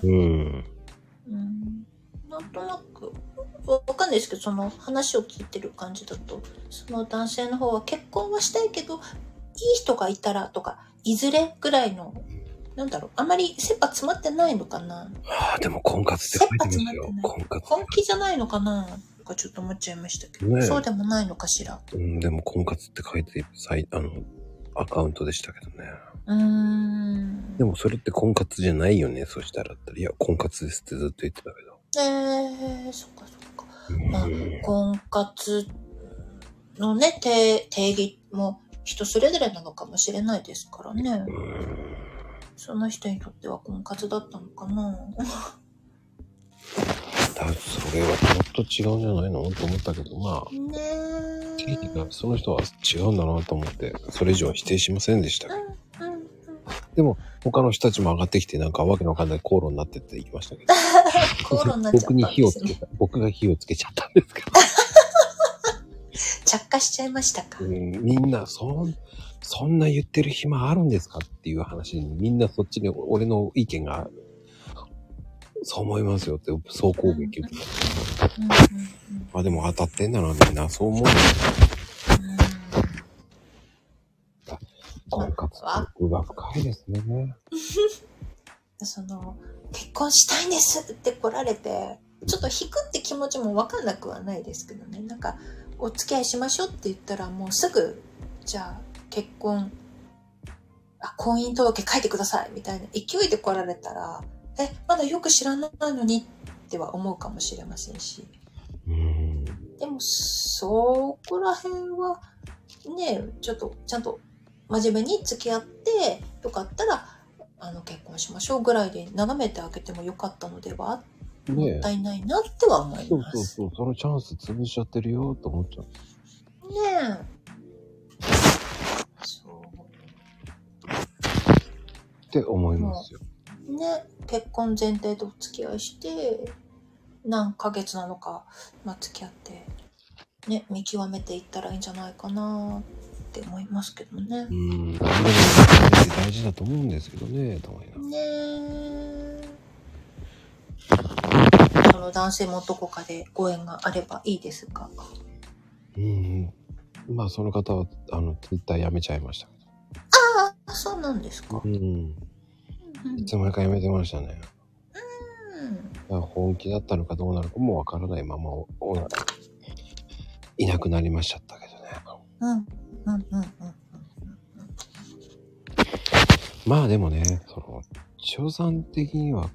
なんとなく、わかんないですけど、その話を聞いてる感じだと、その男性の方は結婚はしたいけど、いい人がいたらとか、いずれぐらいの、なんだろう、あまり切羽詰まってないのかな。 でも婚活って書いてますよ。 本気じゃないのかなとかちょっと思っちゃいましたけど、そうでもないのかしら。 でも婚活って書いてアカウントでしたけどね。でもそれって婚活じゃないよね。そしたらいや、婚活ですってずっと言ってたけど。 そっか。婚活のね、定義も人それぞれなのかもしれないですからね。その人にとっては婚活だったのかな。 それはもっと違うんじゃないのと思ったけど、まあ。定義がその人は違うんだなと思って、それ以上は否定しませんでしたけど。でも、他の人たちも上がってきて、なんかわけのわかんない口論になってって言いましたけど。 口論になっちゃったんですね。 僕が火をつけちゃったんですけど。 着火しちゃいましたか。 みんな、そんな言ってる暇あるんですかっていう話に、みんなそっちに俺の意見が、そう思いますよって総攻撃受けた。でも当たってんだな、みんな。そう思う。婚活奥が深いですね。 結婚したいんですって来られて、ちょっと引くって気持ちもわかんなくはないですけどね。なんか、お付き合いしましょうって言ったら、もうすぐ、じゃあ、結婚、婚姻届書いてくださいみたいな勢いで来られたら、まだよく知らないのにっては思うかもしれませんし。でも、そこら辺は、ね、ちょっと、ちゃんと真面目に付き合って、よかったら、結婚しましょうぐらいで眺めてあげてもよかったのでは、もったいないなっては思います。 そう、そのチャンス潰しちゃってるよと思っちゃう。って思いますよ。 結婚前提でお付き合いして、何ヶ月なのか、付き合って、見極めていったらいいんじゃないかなって思いますけどね。 大事だと思うんですけどね、と思います。 その男性もどこかでご縁があればいいですが。 まあその方はTwitter やめちゃいましたけど。そうなんですか。 いつまでかやめてましたね。本気だったのかどうなのかもわからないままいなくなりましちゃったけどね。まあでもね、千代さん的には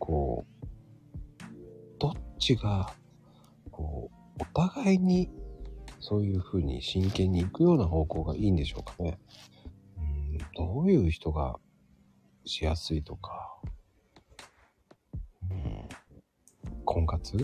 どっちがお互いにそういう風に真剣に行くような方向がいいんでしょうかね。どういう人がしやすいとか。婚活、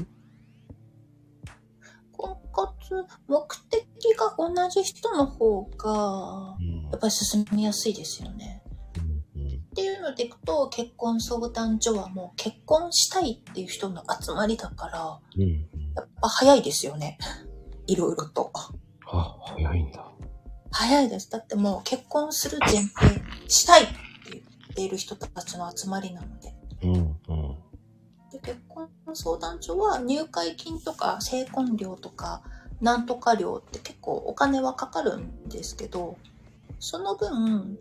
目的が同じ人の方が、やっぱり進みやすいですよね。っていうのでいくと、結婚相談所はもう結婚したいっていう人の集まりだから、やっぱ早いですよね。いろいろと。 早いんだ。 早いです。だってもう結婚する前提したいって言っている人たちの集まりなので。で、結婚相談所は入会金とか成婚料とかなんとか料って結構お金はかかるんですけど、その分、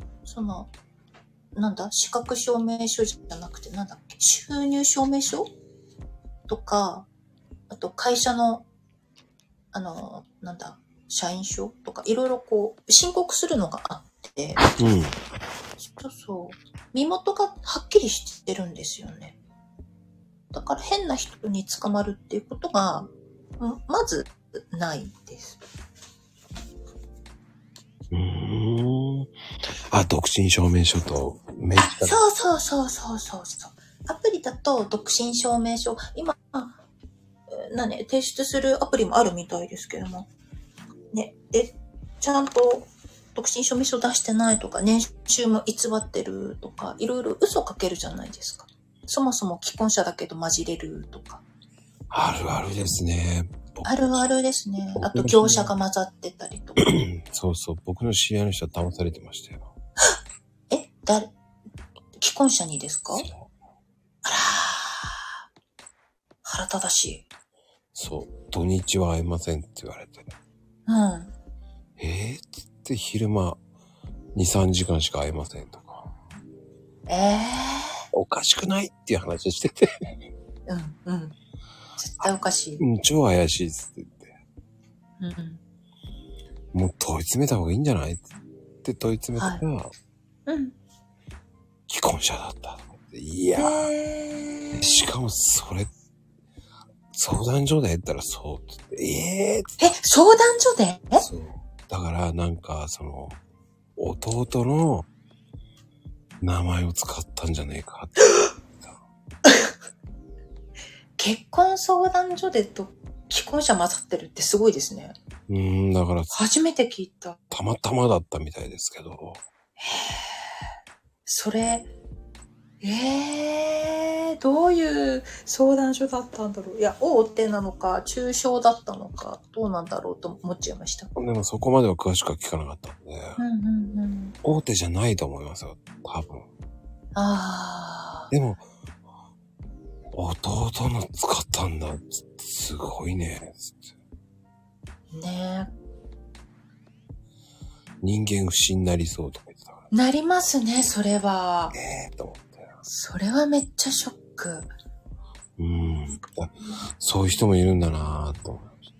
資格証明書じゃなくて収入証明書とか、あと会社の、 社員証とかいろいろこう申告するのがあって、 うん。 そうそう。身元がはっきりしてるんですよね。だから変な人に捕まるっていうことが、まずないです。 独身証明書とメッチャ。そう。アプリだと独身証明書、今、提出するアプリもあるみたいですけども。ね。で、ちゃんと独身証明書出してないとか、年収も偽ってるとか、いろいろ嘘かけるじゃないですか。そもそも既婚者だけど混じれるとか。 あるあるですね。 あるあるですね。あと業者が混ざってたりとか。 そうそう。僕の知り合いの人は騙されてましたよ。 既婚者にですか？あらー。腹立たしい。 そう。土日は会えませんって言われて。 うん。 つって昼間2、3時間しか会えませんとか。おかしくないっていう話してて。 うん。絶対おかしい。 超怪しいっつって言って。もう問い詰めた方がいいんじゃないって問い詰めたら、既婚者だった。いやー、しかもそれ、相談所で言ったらそうって。 相談所で？ そう。だからなんか弟の名前を使ったんじゃねえかって結婚相談所でと既婚者混ざってるってすごいですね。 だから初めて聞いた。 たまたまだったみたいですけど。 それどういう相談所だったんだろう。いや、大手なのか中小だったのかどうなんだろうと思っちゃいました。 でもそこまでは詳しくは聞かなかったんで、大手じゃないと思いますよ、多分。でも弟の使ったんだっつって、すごいねつってね。 人間不信になりそうとか言ってたから。 なりますね、それは。 と思って。 それはめっちゃショック。 そういう人もいるんだなぁと思いました。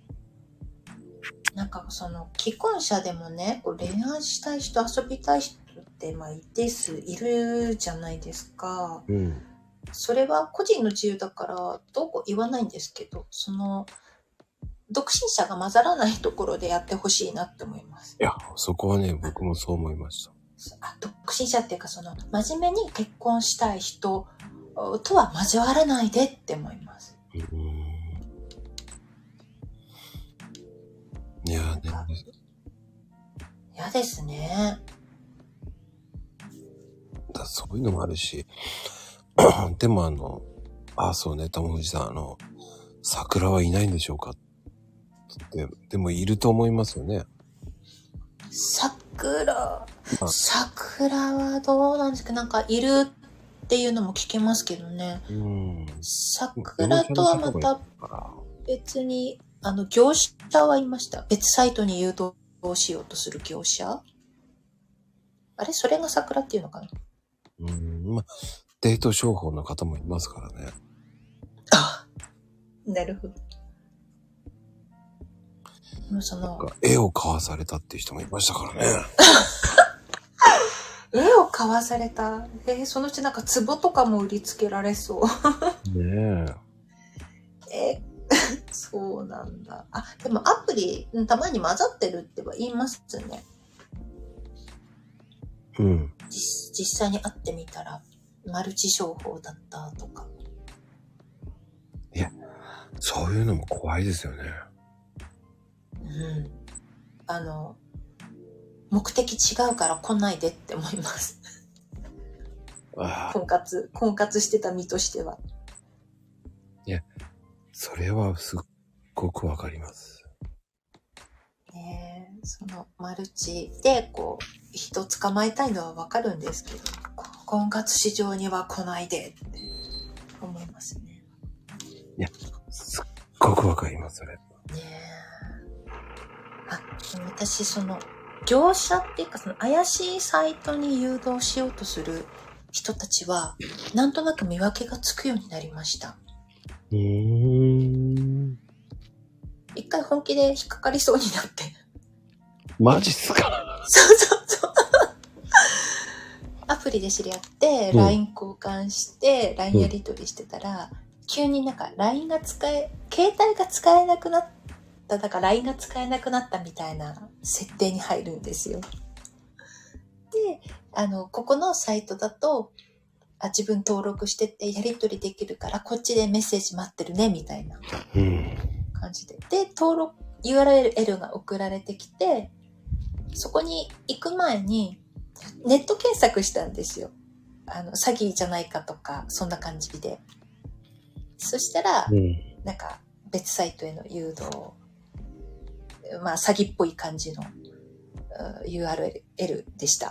なんか既婚者でもね、恋愛したい人、遊びたい人って一定数いるじゃないですか。それは個人の自由だからどうこう言わないんですけど、独身者が混ざらないところでやってほしいなって思います。 いや、そこはね、僕もそう思いました。 独身者っていうか真面目に結婚したい人とは交わらないでって思います。 いやね。 嫌ですね。 そういうのもあるし、でもそうね、玉藤さん、桜はいないんでしょうかって、でもいると思いますよね。 桜はどうなんですか？なんかいるっていうのも聞きますけどね。桜とはまた別に、業者はいました。別サイトに誘導しようとする業者？あれ？それが桜っていうのかな？ デート商法の方もいますからね。 なるほど。 絵を買わされたっていう人もいましたからね。 絵を買わされた。そのうちなんか壺とかも売りつけられそう。 ねえ。そうなんだ。でもアプリたまに混ざってるっては言いますね。実際に会ってみたらマルチ商法だったとか。 いや、そういうのも怖いですよね。 目的違うから来ないでって思います。婚活してた身としては。 いや、それはすっごくわかります。 マルチで人捕まえたいのはわかるんですけど、婚活市場には来ないでって思いますね。 いや、すっごくわかります、それ。 私業者っていうか怪しいサイトに誘導しようとする人たちはなんとなく見分けがつくようになりました。一回本気で引っかかりそうになってマジっすか？ そうそうそう。アプリで知り合って、LINE 交換して、LINE やり取りしてたら、急になんか LINE が携帯が使えなくなった、だから LINE が使えなくなったみたいな設定に入るんですよ。で、ここのサイトだと、自分登録してってやり取りできるから、こっちでメッセージ待ってるね、みたいな感じで。で、URL が送られてきて、そこに行く前に、ネット検索したんですよ。詐欺じゃないかとか、そんな感じで。そしたら、なんか、別サイトへの誘導、まあ、詐欺っぽい感じの、URL でした。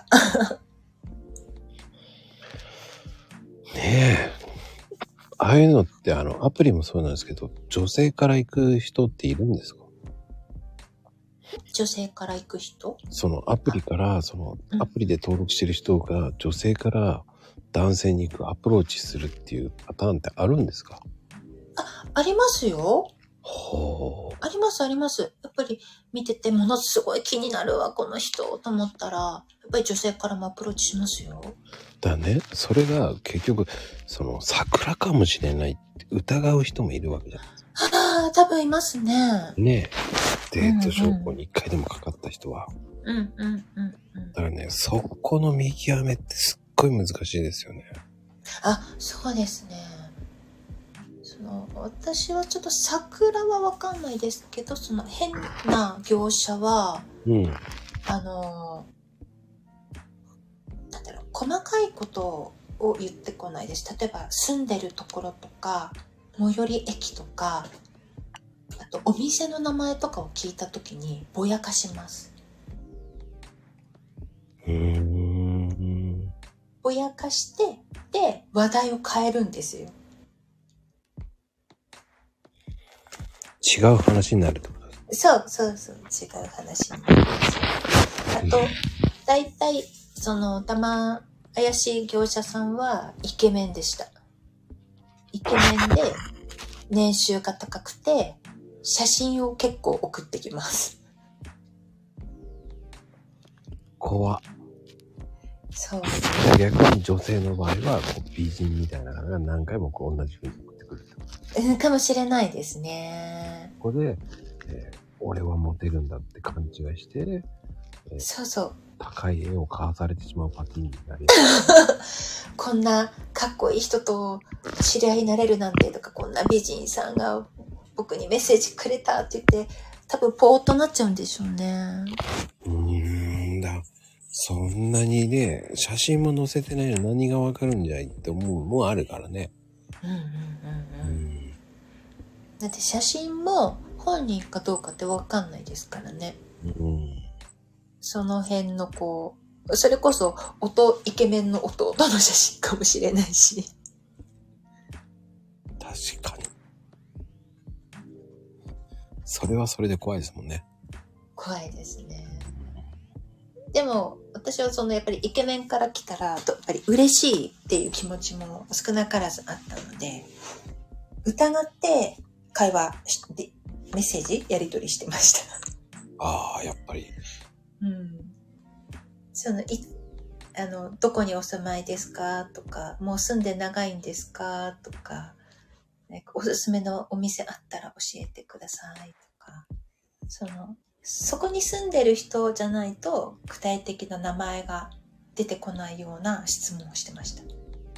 ねえ。ああいうのってアプリもそうなんですけど、女性から行く人っているんですか？ 女性から行く人？ そのアプリから、アプリで登録してる人が女性から男性に行くアプローチするっていうパターンってあるんですか？ ありますよ。 ほう。 ありますあります。やっぱり見ててものすごい気になるわ、この人と思ったら、やっぱり女性からもアプローチしますよ。 だね、それが結局、桜かもしれないって疑う人もいるわけじゃないですか。 ああ、多分いますね。 ねえ。デート商法に一回でもかかった人は。だからね、そこの見極めってすっごい難しいですよね。 そうですね。私はちょっと桜はわかんないですけど、その変な業者は、なんだろう、細かいことを言ってこないです。例えば住んでるところとか、最寄り駅とか、あとお店の名前とかを聞いたときにぼやかします。ぼやかして、で、話題を変えるんですよ。 違う話になるってことですか？そう、違う話になるんですよ。あと、だいたい、怪しい業者さんはイケメンでした。イケメンで、年収が高くて、写真を結構送ってきます。 怖っ。 そう。 逆に女性の場合は、美人みたいなのが何回も同じ風に送ってくるってこと。 かもしれないですね。 ここで、俺はモテるんだって勘違いして、 そう。 高い絵を買わされてしまうパティーンになりこんなかっこいい人と知り合いになれるなんてとか、こんな美人さんが僕にメッセージくれたって言って、多分ポーっとなっちゃうんでしょうね。 そんなにね、写真も載せてないの何がわかるんじゃいって思うもあるからね。だって写真も本人かどうかってわかんないですからね。その辺のそれこそイケメンの弟の写真かもしれないし。 確かに。それはそれで怖いですもんね。 怖いですね。でも、私はやっぱりイケメンから来たら、やっぱり嬉しいっていう気持ちも少なからずあったので、疑って会話して、メッセージやり取りしてました。 やっぱり。 どこにお住まいですかとか、もう住んで長いんですかとか、おすすめのお店あったら教えてくださいとか、そこに住んでる人じゃないと具体的な名前が出てこないような質問をしてました。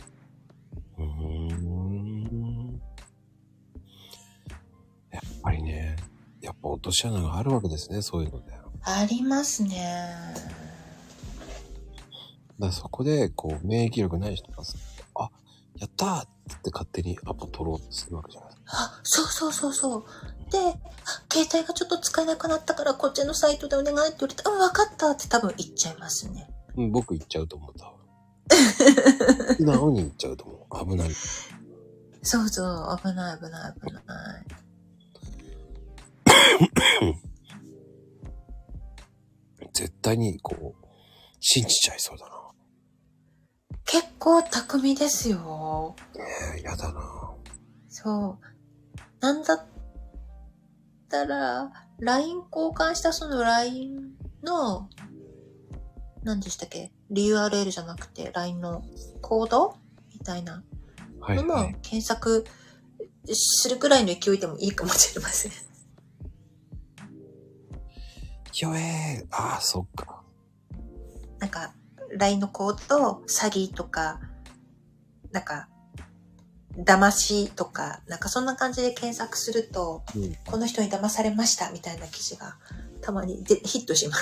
やっぱりね、落とし穴があるわけですね、そういうので。 ありますね。 そこで免疫力ない人がやったーって言って勝手にアポ取ろうとするわけじゃないですか。 そう。で、携帯がちょっと使えなくなったからこっちのサイトでお願いって言われて、分かったって多分言っちゃいますね。 僕言っちゃうと思った。素直に言っちゃうと思う。危ない。 そう、危ない。 絶対に信じちゃいそうだな。 結構巧みですよ。 やだな。 そう。なんだったら、LINE 交換したその LINE の、何でしたっけ ?URL じゃなくて LINE のコードみたいなのも検索するくらいの勢いでもいいかもしれません。 ああ、そっか。 なんか、LINE のコード、詐欺とか、なんか、騙しとか、なんかそんな感じで検索すると、この人に騙されましたみたいな記事がたまにヒットします。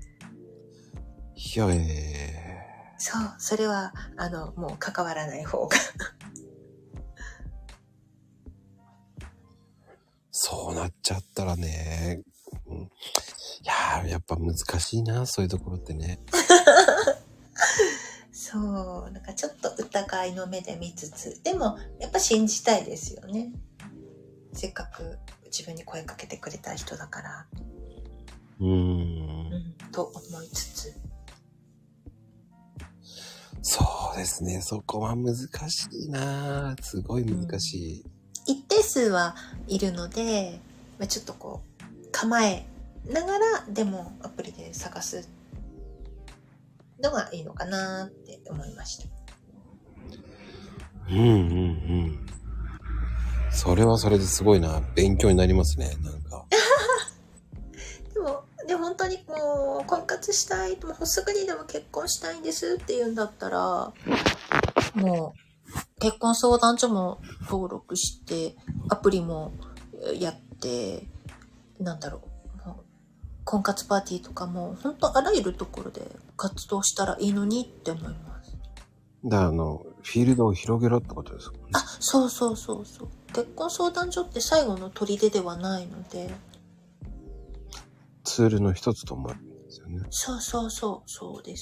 そう、それは、もう関わらない方が。 そうなっちゃったらね、いやー、やっぱ難しいな、そういうところってね。 そう、なんかちょっと疑いの目で見つつ、でもやっぱ信じたいですよね。せっかく自分に声かけてくれた人だから。と思いつつ。 そうですね、そこは難しいな、すごい難しい。 一定数はいるので、ちょっとこう構えながらでもアプリで探すのがいいのかなって思いました。 それはそれですごいな、勉強になりますね、なんか。 で本当にこう婚活したい、もうすぐにでも結婚したいんですって言うんだったら、もう結婚相談所も登録してアプリもやって、なんだろう、もう婚活パーティーとかも本当あらゆるところで活動したらいいのにって思います。 だからフィールドを広げろってことですかね。 そう。結婚相談所って最後の砦ではないので。 ツールの一つと思うんですよね。 そうです。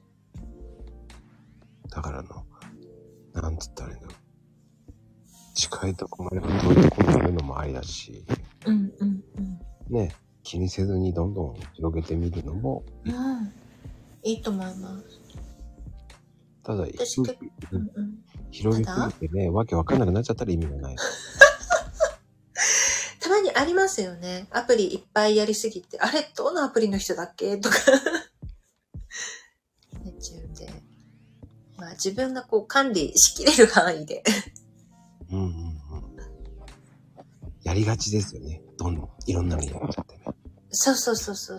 だからなんつったらいいの。近いとこまで遠いとこまでのもありだし。ね、気にせずにどんどん広げてみるのもいいと思います。 ただ、広げすぎてね、わけわかんなくなっちゃったら意味がない。 たまにありますよね。アプリいっぱいやりすぎて、あれどのアプリの人だっけとかなっちゃうんで、自分がこう管理しきれる範囲でやりがちですよね。どんどんいろんなのやっちゃってね。 そう。そ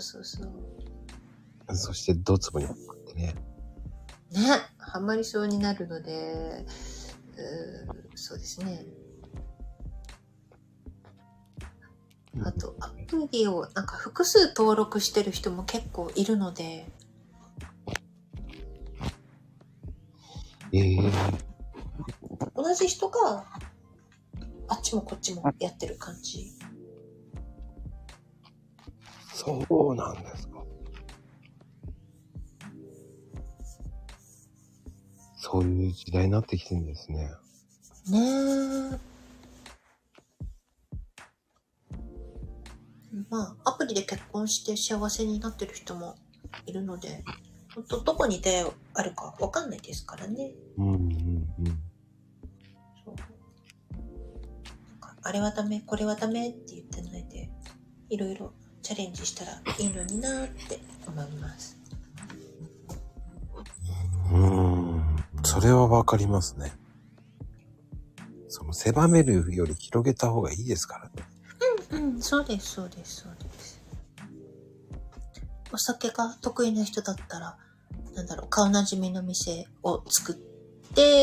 してドツボにはまってね。 ハマりそうになるので、そうですね。あと、アプリをなんか複数登録してる人も結構いるので。同じ人が、あっちもこっちもやってる感じ。 そうなんですか。そういう時代になってきてるんですね。 アプリで結婚して幸せになってる人もいるので、本当どこに出会いあるかわかんないですからね。そう。あれはダメ、これはダメって言ってないで、いろいろチャレンジしたらいいのになって思います。 それはわかりますね。狭めるより広げた方がいいですからね。 そうです。お酒が得意な人だったら、顔なじみの店を作って、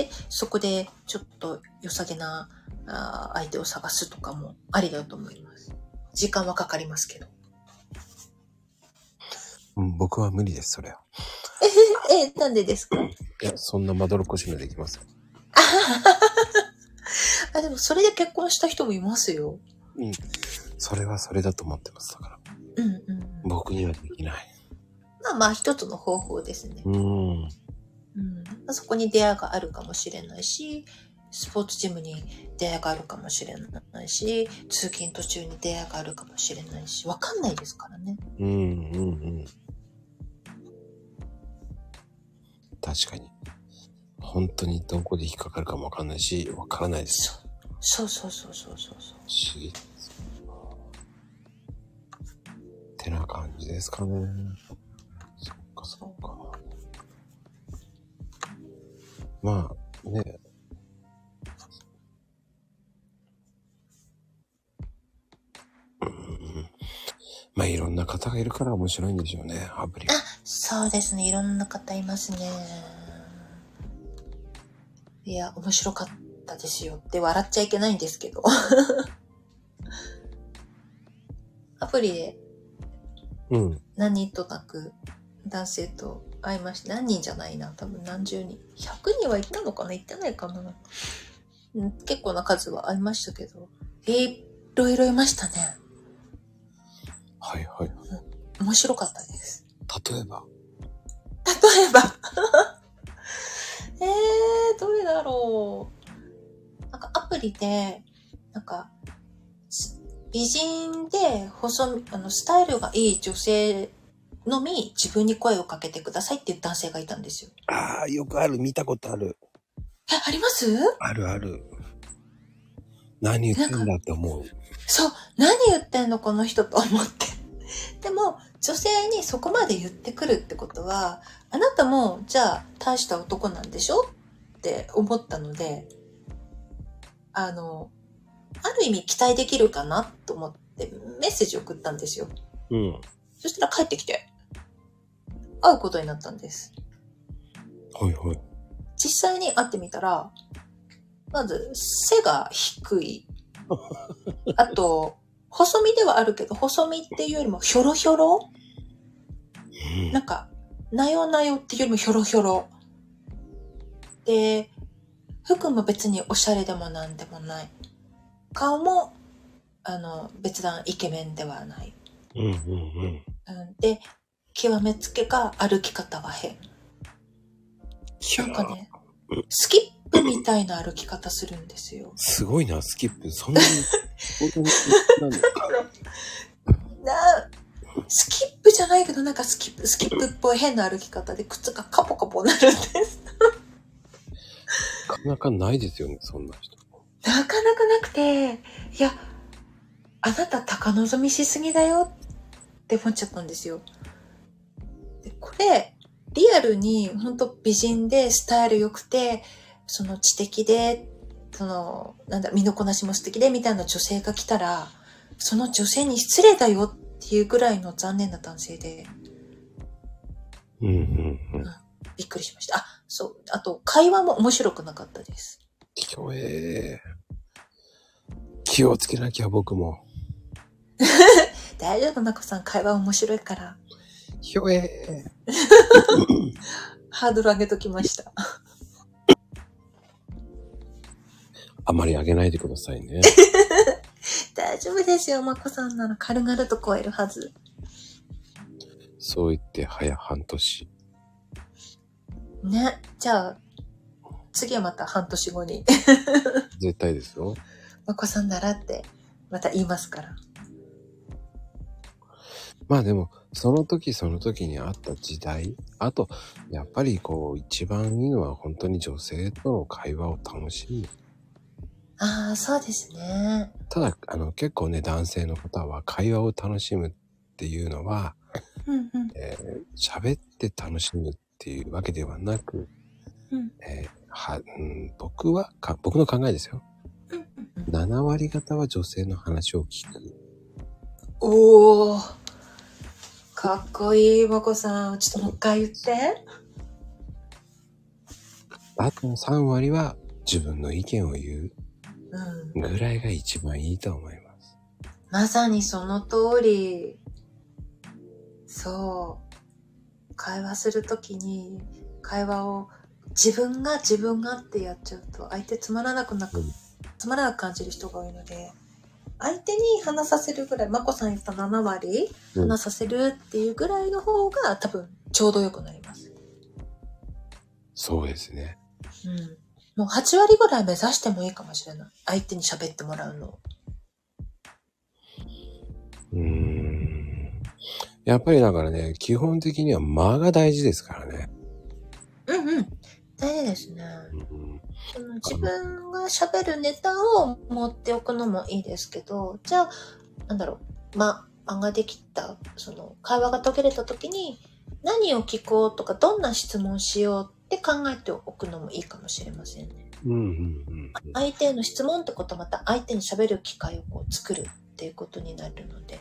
そこでちょっと良さげな相手を探すとかもありだと思います。時間はかかりますけど。 僕は無理です、それは。 なんでですか？ いや、そんなまどろっこしいのできますよ。 でもそれで結婚した人もいますよ。 それはそれだと思ってます。だから。僕にはできない。 一つの方法ですね。そこに出会いがあるかもしれないし、スポーツジムに出会いがあるかもしれないし、通勤途中に出会いがあるかもしれないし、わかんないですからね。 確かに。本当にどこで引っかかるかもわかんないし、わからないです。 そう。 不思議です。でてな感じですかね。そっかそっか。まあね。まあいろんな方がいるから面白いんでしょうね、アプリ。 あ、そうですね。いろんな方いますね。いや、面白かったですよって笑っちゃいけないんですけど。アプリで何人となく男性と会いました。何人じゃないな。多分何十人。100人は行ったのかな、行ってないかな。結構な数は会いましたけど。いろいろいましたね。 はいはい。 面白かったです。 例えばどれだろう。なんかアプリで、なんか、美人でスタイルがいい女性のみ自分に声をかけてくださいっていう男性がいたんですよ。 ああ、よくある。見たことある。 あります？ あるある。何言ってんだって思う。 そう、何言ってんのこの人と思って。でも、女性にそこまで言ってくるってことは、あなたも、じゃあ、大した男なんでしょって思ったので、ある意味期待できるかなと思ってメッセージを送ったんですよ。そしたら帰ってきて、会うことになったんです。 はいはい。 実際に会ってみたら、まず、背が低い。あと、細身ではあるけど、細身っていうよりもひょろひょろ、なんか、なよなよっていうよりもひょろひょろ。で、服も別におしゃれでもなんでもない。顔も、別段イケメンではない。で、極めつけが歩き方が変。なんかね、スキップみたいな歩き方するんですよ。 すごいな、スキップ。そんなに、本当になんだスキップじゃないけど、なんかスキップっぽい変な歩き方で靴がカポカポなるんです。 なかなかないですよね、そんな人。 なかなかなくて、いや、あなた高望みしすぎだよって思っちゃったんですよ。でこれ、リアルに本当美人でスタイル良くて、その知的で、身のこなしも素敵でみたいな女性が来たら、その女性に失礼だよっていうぐらいの残念な男性で。びっくりしました。そう。あと、会話も面白くなかったです。 気をつけなきゃ、僕も。 大丈夫、まこさん。会話面白いから。ハードル上げときました。 あまり上げないでくださいね。 大丈夫ですよ、まこさんなら軽々と超えるはず。 そう言って早半年。 ね、じゃあ、次はまた半年後に。 絶対ですよ。 まこさんならって、また言いますから。 まあでも、その時その時にあった時代、あと、やっぱり一番いいのは本当に女性との会話を楽しむ。 ああ、そうですね。 ただ、結構ね、男性の方は会話を楽しむっていうのは、喋って楽しむっていうわけではなく、僕の考えですよ。7割方は女性の話を聞く。 おー。かっこいい、まこさん。ちょっともう一回言って。 あと3割は自分の意見を言うぐらいが一番いいと思います。 まさにその通り。そう。会話するときに、会話を自分がってやっちゃうと、相手つまらなく感じる人が多いので、相手に話させるぐらい、まこさん言った7割、話させるっていうぐらいの方が多分ちょうどよくなります。 そうですね。 もう8割ぐらい目指してもいいかもしれない。相手に喋ってもらうの。 やっぱりだからね、基本的には間が大事ですからね。 大事ですね。自分が喋るネタを持っておくのもいいですけど、じゃあ、 間ができた、その会話が途切れた時に何を聞こうとかどんな質問しようって考えておくのもいいかもしれませんね。相手への質問ってことはまた相手に喋る機会をこう作るっていうことになるので。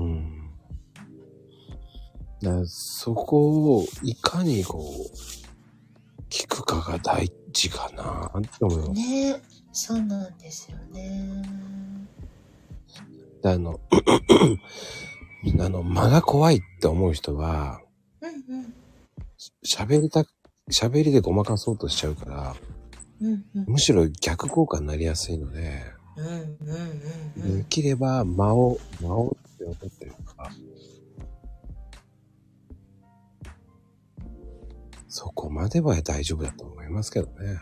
そこをいかにこう聞くかが大事かなって思いますね。そうなんですよね。 間が怖いって思う人は、喋りでごまかそうとしちゃうから、むしろ逆効果になりやすいので、できれば間をって思ってるから、そこまでは大丈夫だと思いますけどね。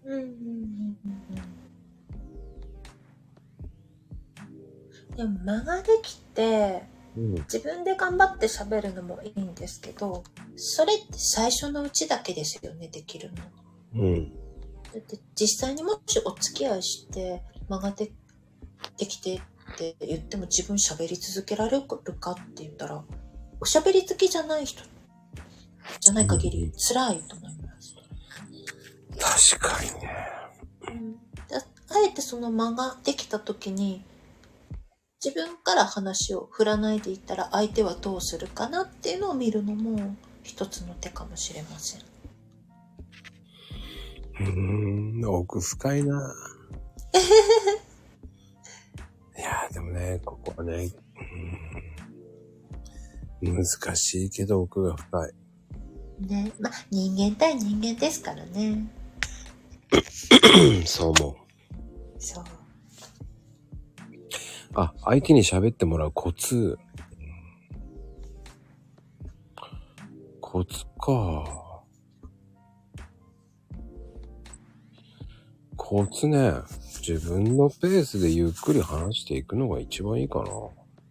でも間ができて、自分で頑張って喋るのもいいんですけど、それって最初のうちだけですよね、できるの。だって実際にもしお付き合いして間ができてって言っても自分喋り続けられるかって言ったら、おしゃべり好きじゃない人じゃない限り辛いと思います。 確かにね。 あえてその間ができた時に自分から話を振らないでいったら相手はどうするかなっていうのを見るのも一つの手かもしれません。 奥深いな。いやでもね、ここはね、難しいけど奥が深い。 ね、まあ人間対人間ですからね。 そう思う。 そう。 相手に喋ってもらうコツ。コツか。コツね。自分のペースでゆっくり話していくのが一番いいかな。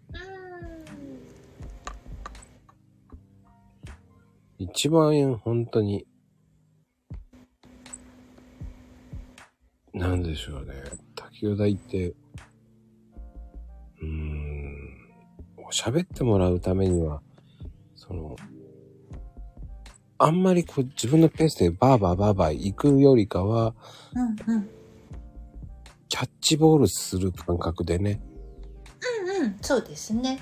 一番本当になんでしょうね。滝尾台って喋ってもらうためにはあんまりこう自分のペースでバーバー行くよりかは、キャッチボールする感覚でね。 そうですね。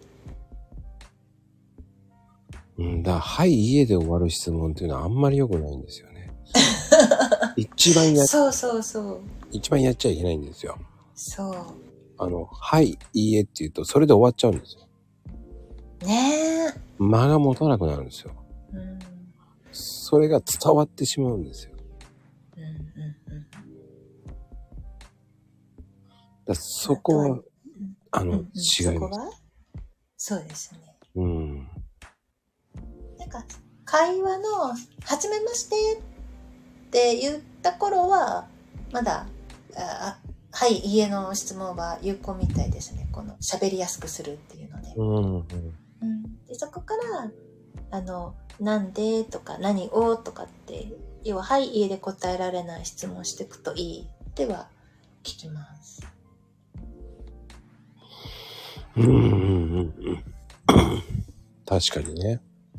はい家で終わる質問っていうのはあんまり良くないんですよね。一番やっちゃいけないんですよ。 そう。 はいいいえって言うとそれで終わっちゃうんですよ。 ねえ。 間が持たなくなるんですよ。それが伝わってしまうんですよ。そこは違います。 そうですね。なんか会話の初めましてって言った頃はまだはい家の質問は有効みたいですね。この喋りやすくするっていうので。でそこからなんでとか何をとかって要ははい家で答えられない質問していくといいっては聞きます。 確かにね。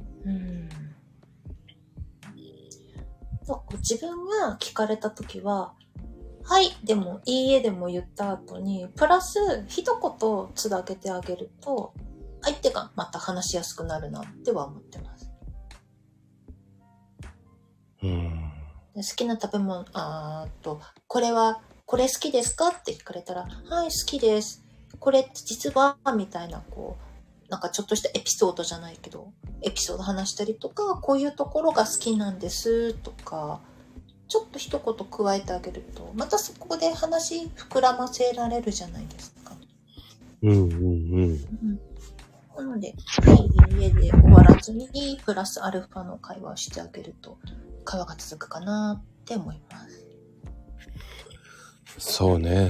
自分が聞かれたときははいでもいいえでも言った後にプラス一言つなげてあげると相手がまた話しやすくなるなっては思ってます。好きな食べ物これ好きですかって聞かれたらはい好きです。これって実はみたいななんかちょっとしたエピソードじゃないけどエピソード話したりとかこういうところが好きなんですとかちょっと一言加えてあげるとまたそこで話膨らませられるじゃないですか。なので家で終わらずにプラスアルファの会話をしてあげると会話が続くかなって思います。 そうね。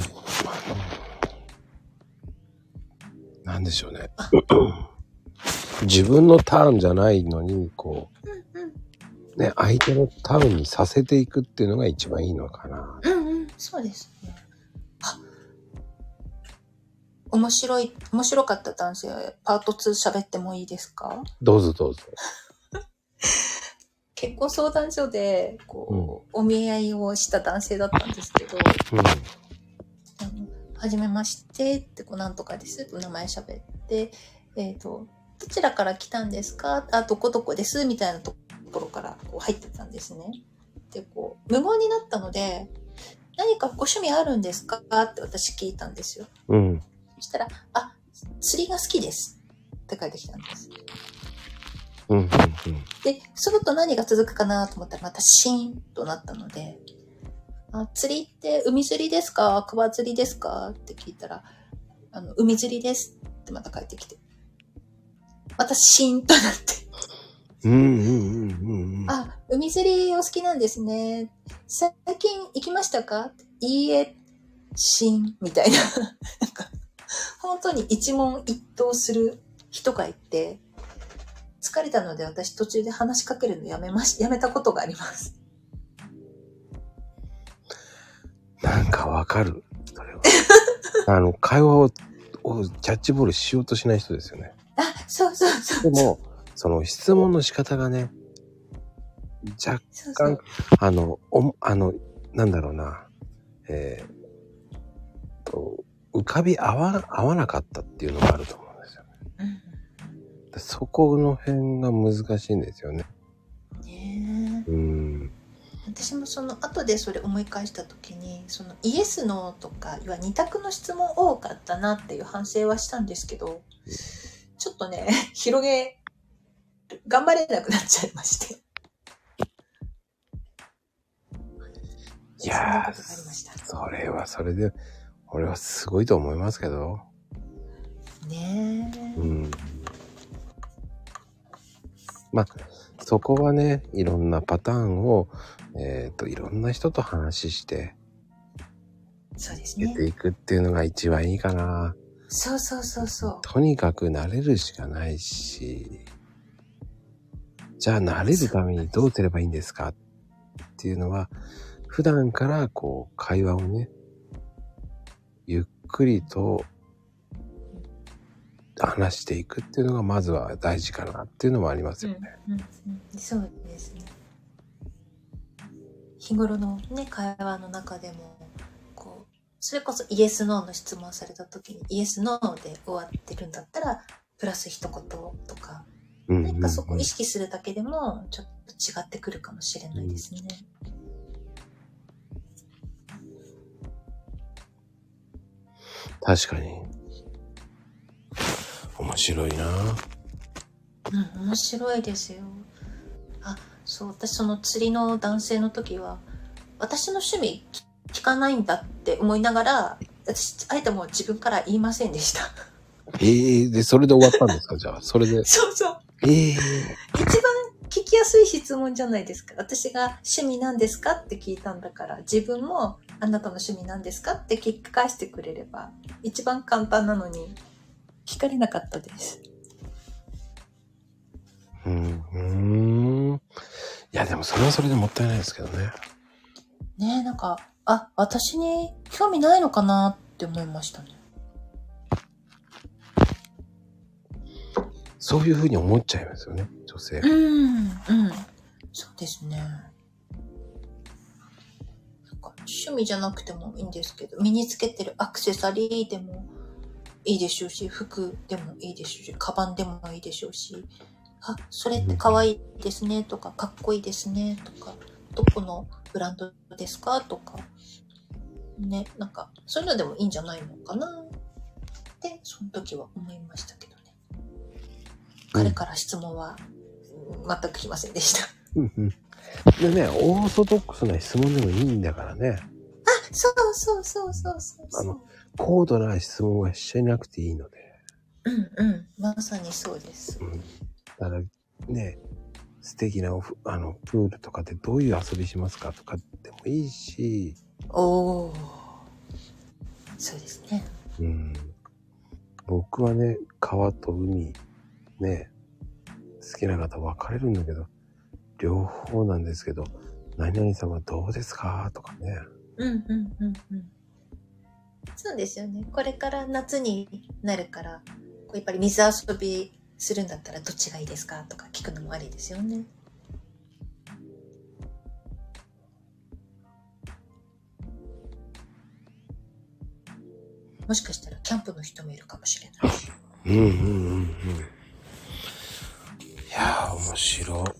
なんでしょうね。自分のターンじゃないのにね、相手のターンにさせていくっていうのが一番いいのかな。 そうですね。 面白かった男性、パート2喋ってもいいですか？ どうぞどうぞ。 結婚相談所で、お見合いをした男性だったんですけど、はじめましてって、なんとかですって名前喋って、どちらから来たんですか？どこどこですみたいなところから入ってたんですね。で、無言になったので、何かご趣味あるんですかって私聞いたんですよ。そしたら、釣りが好きですって書いてきたんです。で、その後何が続くかなと思ったらまたシーンとなったので、釣りって海釣りですか？川釣りですか？って聞いたら、海釣りですってまた帰ってきて。またシーンとなって。海釣りお好きなんですね。最近行きましたか？いいえ、シーンみたいな。なんか本当に一問一答する人がいて、疲れたので私途中で話しかけるのやめたことがあります。 なんかわかる。それは。会話をキャッチボールしようとしない人ですよね。 そうそうそう。 でも、その質問の仕方がね、若干、なんだろうな、浮かび合わなかったっていうのがあると思うんですよね。そこの辺が難しいんですよね。 私もその後でそれ思い返した時に、そのイエスノーとか2択の質問多かったなっていう反省はしたんですけど、ちょっとね頑張れなくなっちゃいまして。 いやー、それはそれで俺はすごいと思いますけどねえ。 まあそこはね、いろんなパターンをいろんな人と話してそうですね、 やっていくっていうのが一番いいかな。 そう。 とにかく慣れるしかないし、じゃあ慣れるためにどうすればいいんですかっていうのは、普段から会話をね、ゆっくりと話していくっていうのがまずは大事かなっていうのもありますよね。 そうですね。日頃のね、会話の中でもそれこそイエスノーの質問された時にイエスノーで終わってるんだったらプラス一言とか、何かそこ意識するだけでもちょっと違ってくるかもしれないですね。 確かに面白いな。 面白いですよ。そう、私その釣りの男性の時は私の趣味聞かないんだって思いながら、私あえてもう自分から言いませんでした。 でそれで終わったんですか？じゃあそれで。 そう。一番聞きやすい質問じゃないですか。私が趣味なんですかって聞いたんだから、自分もあなたの趣味なんですかって聞き返してくれれば一番簡単なのに聞かれなかったです。 いやでもそれはそれでもったいないですけどね。 ねえ、なんか私に興味ないのかなって思いましたね。 そういうふうに思っちゃいますよね、女性。 そうですね。趣味じゃなくてもいいんですけど、身につけてるアクセサリーでもいいでしょうし、服でもいいでしょうし、カバンでもいいでしょうし、それって可愛いですねとか、かっこいいですねとか、どこのブランドですかとか、ね、なんかそういうのでもいいんじゃないのかなってその時は思いましたけどね。彼から質問は全く来ませんでした。 でね、オーソドックスな質問でもいいんだからね。 そう。 高度な質問はしなくていいので。 まさにそうです。 だからね、素敵なプールとかでどういう遊びしますかとかでもいいし。 そうですね。 僕はね、川と海ね、好きな方分かれるんだけど、両方なんですけど、何々さんはどうですかとかね。 そうですよね。これから夏になるから、やっぱり水遊びするんだったらどっちがいいですかとか聞くのもありですよね。もしかしたらキャンプの人もいるかもしれない。 うんうんうんうん。いやー、面白い。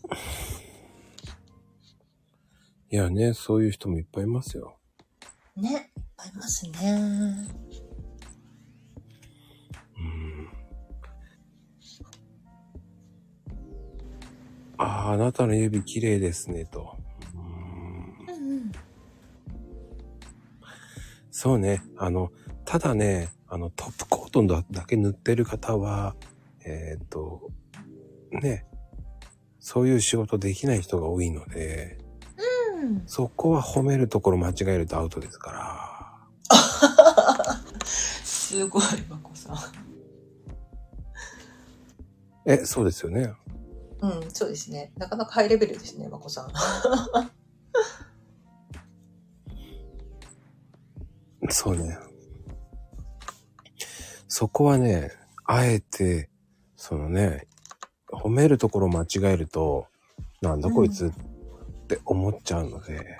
いやね、そういう人もいっぱいいますよ。 ね、いっぱいいますね。 あなたの指綺麗ですねと。 うんうん。 そうね。ただね、トップコートだけ塗ってる方は、ね、そういう仕事できない人が多いので、 うん、 そこは褒めるところ間違えるとアウトですから。 すごい、まこさん。 そうですよね。 うん、そうですね。なかなかハイレベルですね、まこさん。 そうね。そこはね、あえて、褒めるところ間違えると、なんだこいつって思っちゃうので、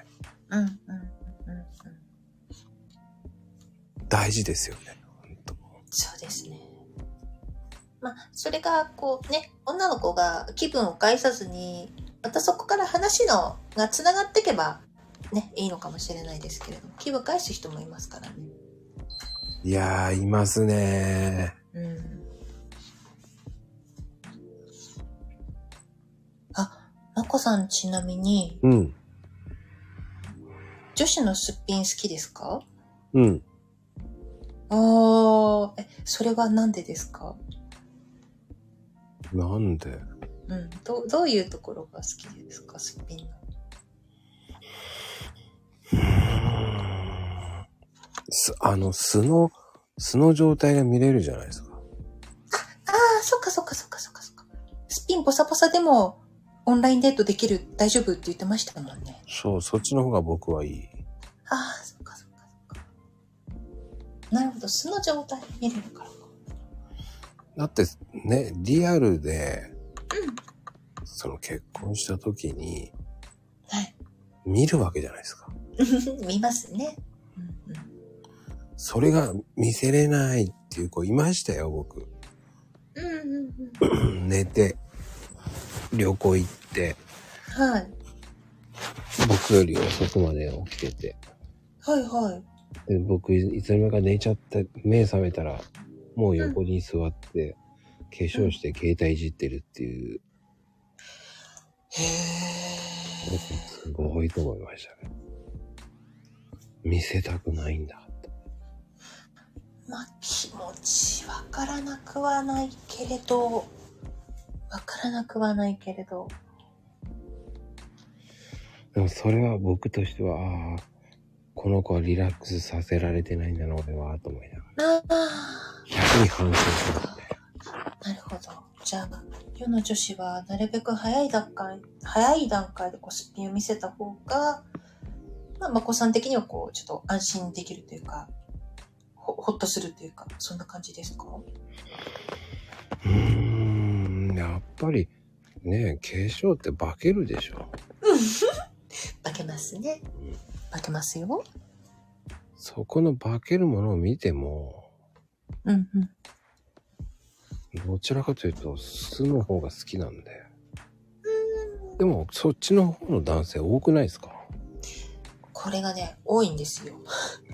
大事ですよね。本当。 そうですね。まあ、それが女の子が気分を害さずに、またそこから話がつながっていけばね、いいのかもしれないですけれども、気分害す人もいますからね。 いやー、いますねー。まこさんちなみに、女子のすっぴん好きですか？それはなんでですか？ なんで？ どういうところが好きですか、すっぴんの。素の状態が見れるじゃないですか。 そっか。すっぴんボサボサでもオンラインデートできる、大丈夫って言ってましたもんね。 そう、そっちの方が僕はいい。 そっか。なるほど、素の状態見れるからか。 だってね、リアルで、結婚した時に、見るわけじゃないですか。 見ますね。 それが見せれないっていう子いましたよ、僕。寝て、旅行行って。 はい。 僕より遅くまで起きてて。で僕、いつの間にか寝ちゃって、目覚めたら、もう横に座って、化粧して携帯いじってるっていう。すごいと思いましたね。見せたくないんだって。 まあ、気持ちわからなくはないけれど、 でもそれは僕としては、この子はリラックスさせられてないんだな、俺は、と思いながら。逆に反省しますね。 なるほど。じゃあ、世の女子はなるべく早い段階ですっぴんを見せた方が、まこさん的にはちょっと安心できるというか、ほっとするというか、そんな感じですか？ やっぱりね、化粧って化けるでしょ。 化けますね。化けますよ。 そこの化けるものを見ても、どちらかというと素の方が好きなんで。でもそっちの方の男性多くないですか？ これがね、多いんですよ。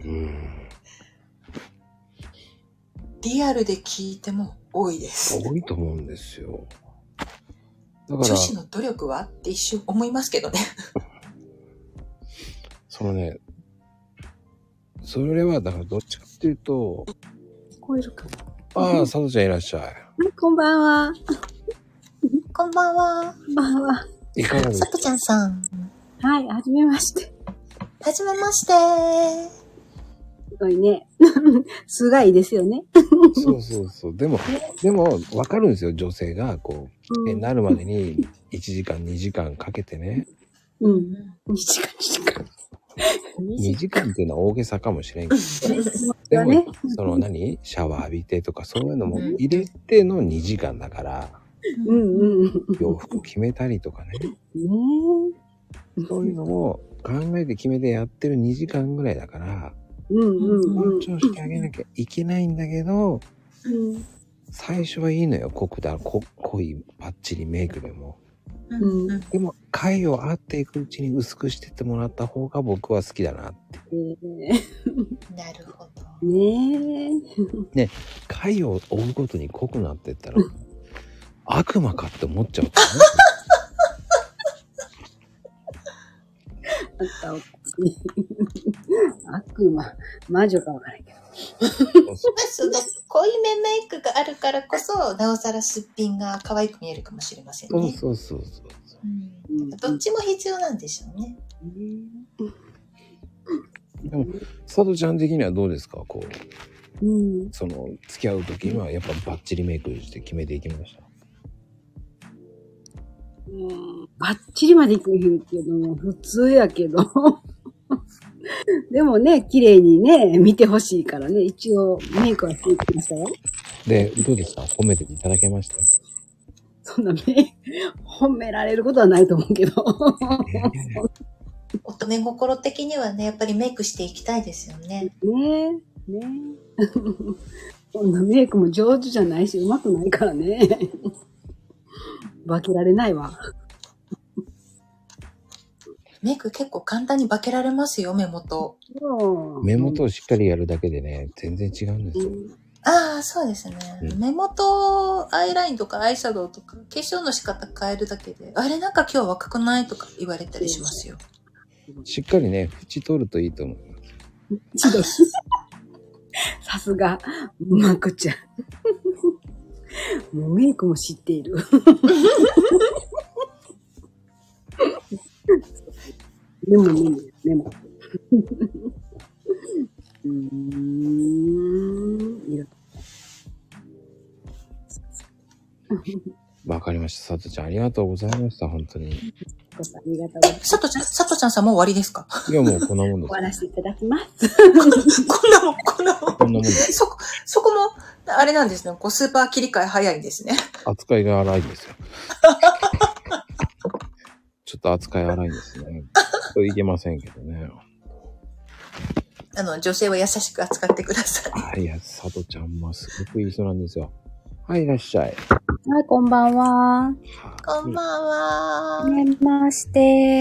リアルで聞いても多いです。 多いと思うんですよ。 だから女子の努力はって一瞬思いますけどね。 それはだからどっちかっていうと、 聞こえるかな。佐藤ちゃんいらっしゃい。 こんばんは。 こんばんは。 いかがですか？ 佐藤ちゃんさん。 はい、はじめまして。 はじめまして。 すごいね。素がいいですよね。 そう。でも、わかるんですよ。女性が、なるまでに1時間、2時間かけてね。 2時間。 2時間っていうのは大げさかもしれんけど。 でもね。 そのシャワー浴びてとかそういうのも入れての2時間だから、洋服決めたりとかね。そういうのを考えて決めてやってる2時間ぐらいだから、緊張してあげなきゃいけないんだけど、最初はいいのよ、濃いバッチリメイクでも。でも回を合っていくうちに薄くしてってもらった方が僕は好きだなって。 なるほど。 ね、回を追うごとに濃くなってったら悪魔かって思っちゃうとね。 悪魔、魔女かわからんけど。 その濃いめメイクがあるからこそ、なおさらすっぴんが可愛く見えるかもしれませんね。 そう。 どっちも必要なんでしょうね。 でも、佐藤ちゃん的にはどうですか？その付き合う時にはやっぱバッチリメイクして決めていきました。 バッチリまでいくへんけども、普通やけど。でもね、綺麗にね、見てほしいからね、一応メイクはしていきましたよ。 で、どうですか？褒めていただけました？ そんな褒められることはないと思うけど。 乙女心的にはね、やっぱりメイクしていきたいですよね。 そんなメイクも上手じゃないし、上手くないからね。化けられないわ。 メイク結構簡単に化けられますよ、目元。 目元をしっかりやるだけでね、全然違うんですよ。 ああ、そうですね。目元、アイラインとかアイシャドウとか、化粧の仕方変えるだけで、あれなんか今日若くないとか言われたりしますよ。 しっかりね、縁取るといいと思います。 さすが、まくちゃん。もうメイクも知っている。でも。 わかりました。佐藤ちゃん、ありがとうございました。本当に。 佐藤ちゃんさんもう終わりですか？ いや、もうこんなもんです。 終わらせていただきます。 こんなもん。そこも、あれなんですね。スーパー切り替え早いんですね。 扱いが荒いんですよ。ちょっと扱い荒いんですね。いけませんけどね。 女性は優しく扱ってください。 いや、佐藤ちゃんもすごくいい人なんですよ。はい、いらっしゃい。 はい、こんばんは。 こんばんは。 はじめまして。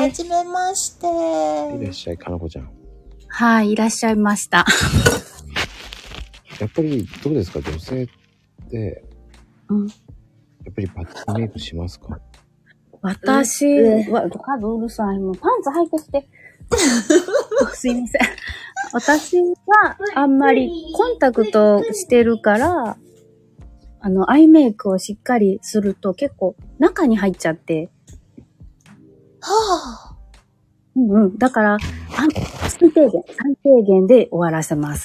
はじめまして。 いらっしゃい、かなこちゃん。 はい、いらっしゃいました。 やっぱり、どうですか、女性って、やっぱりパッチメイクしますか？ 私は、数うるさい。もうパンツ履いてきて。すいません。私はあんまりコンタクトしてるから、アイメイクをしっかりすると結構中に入っちゃって。 はぁ。だから、最低限で終わらせます。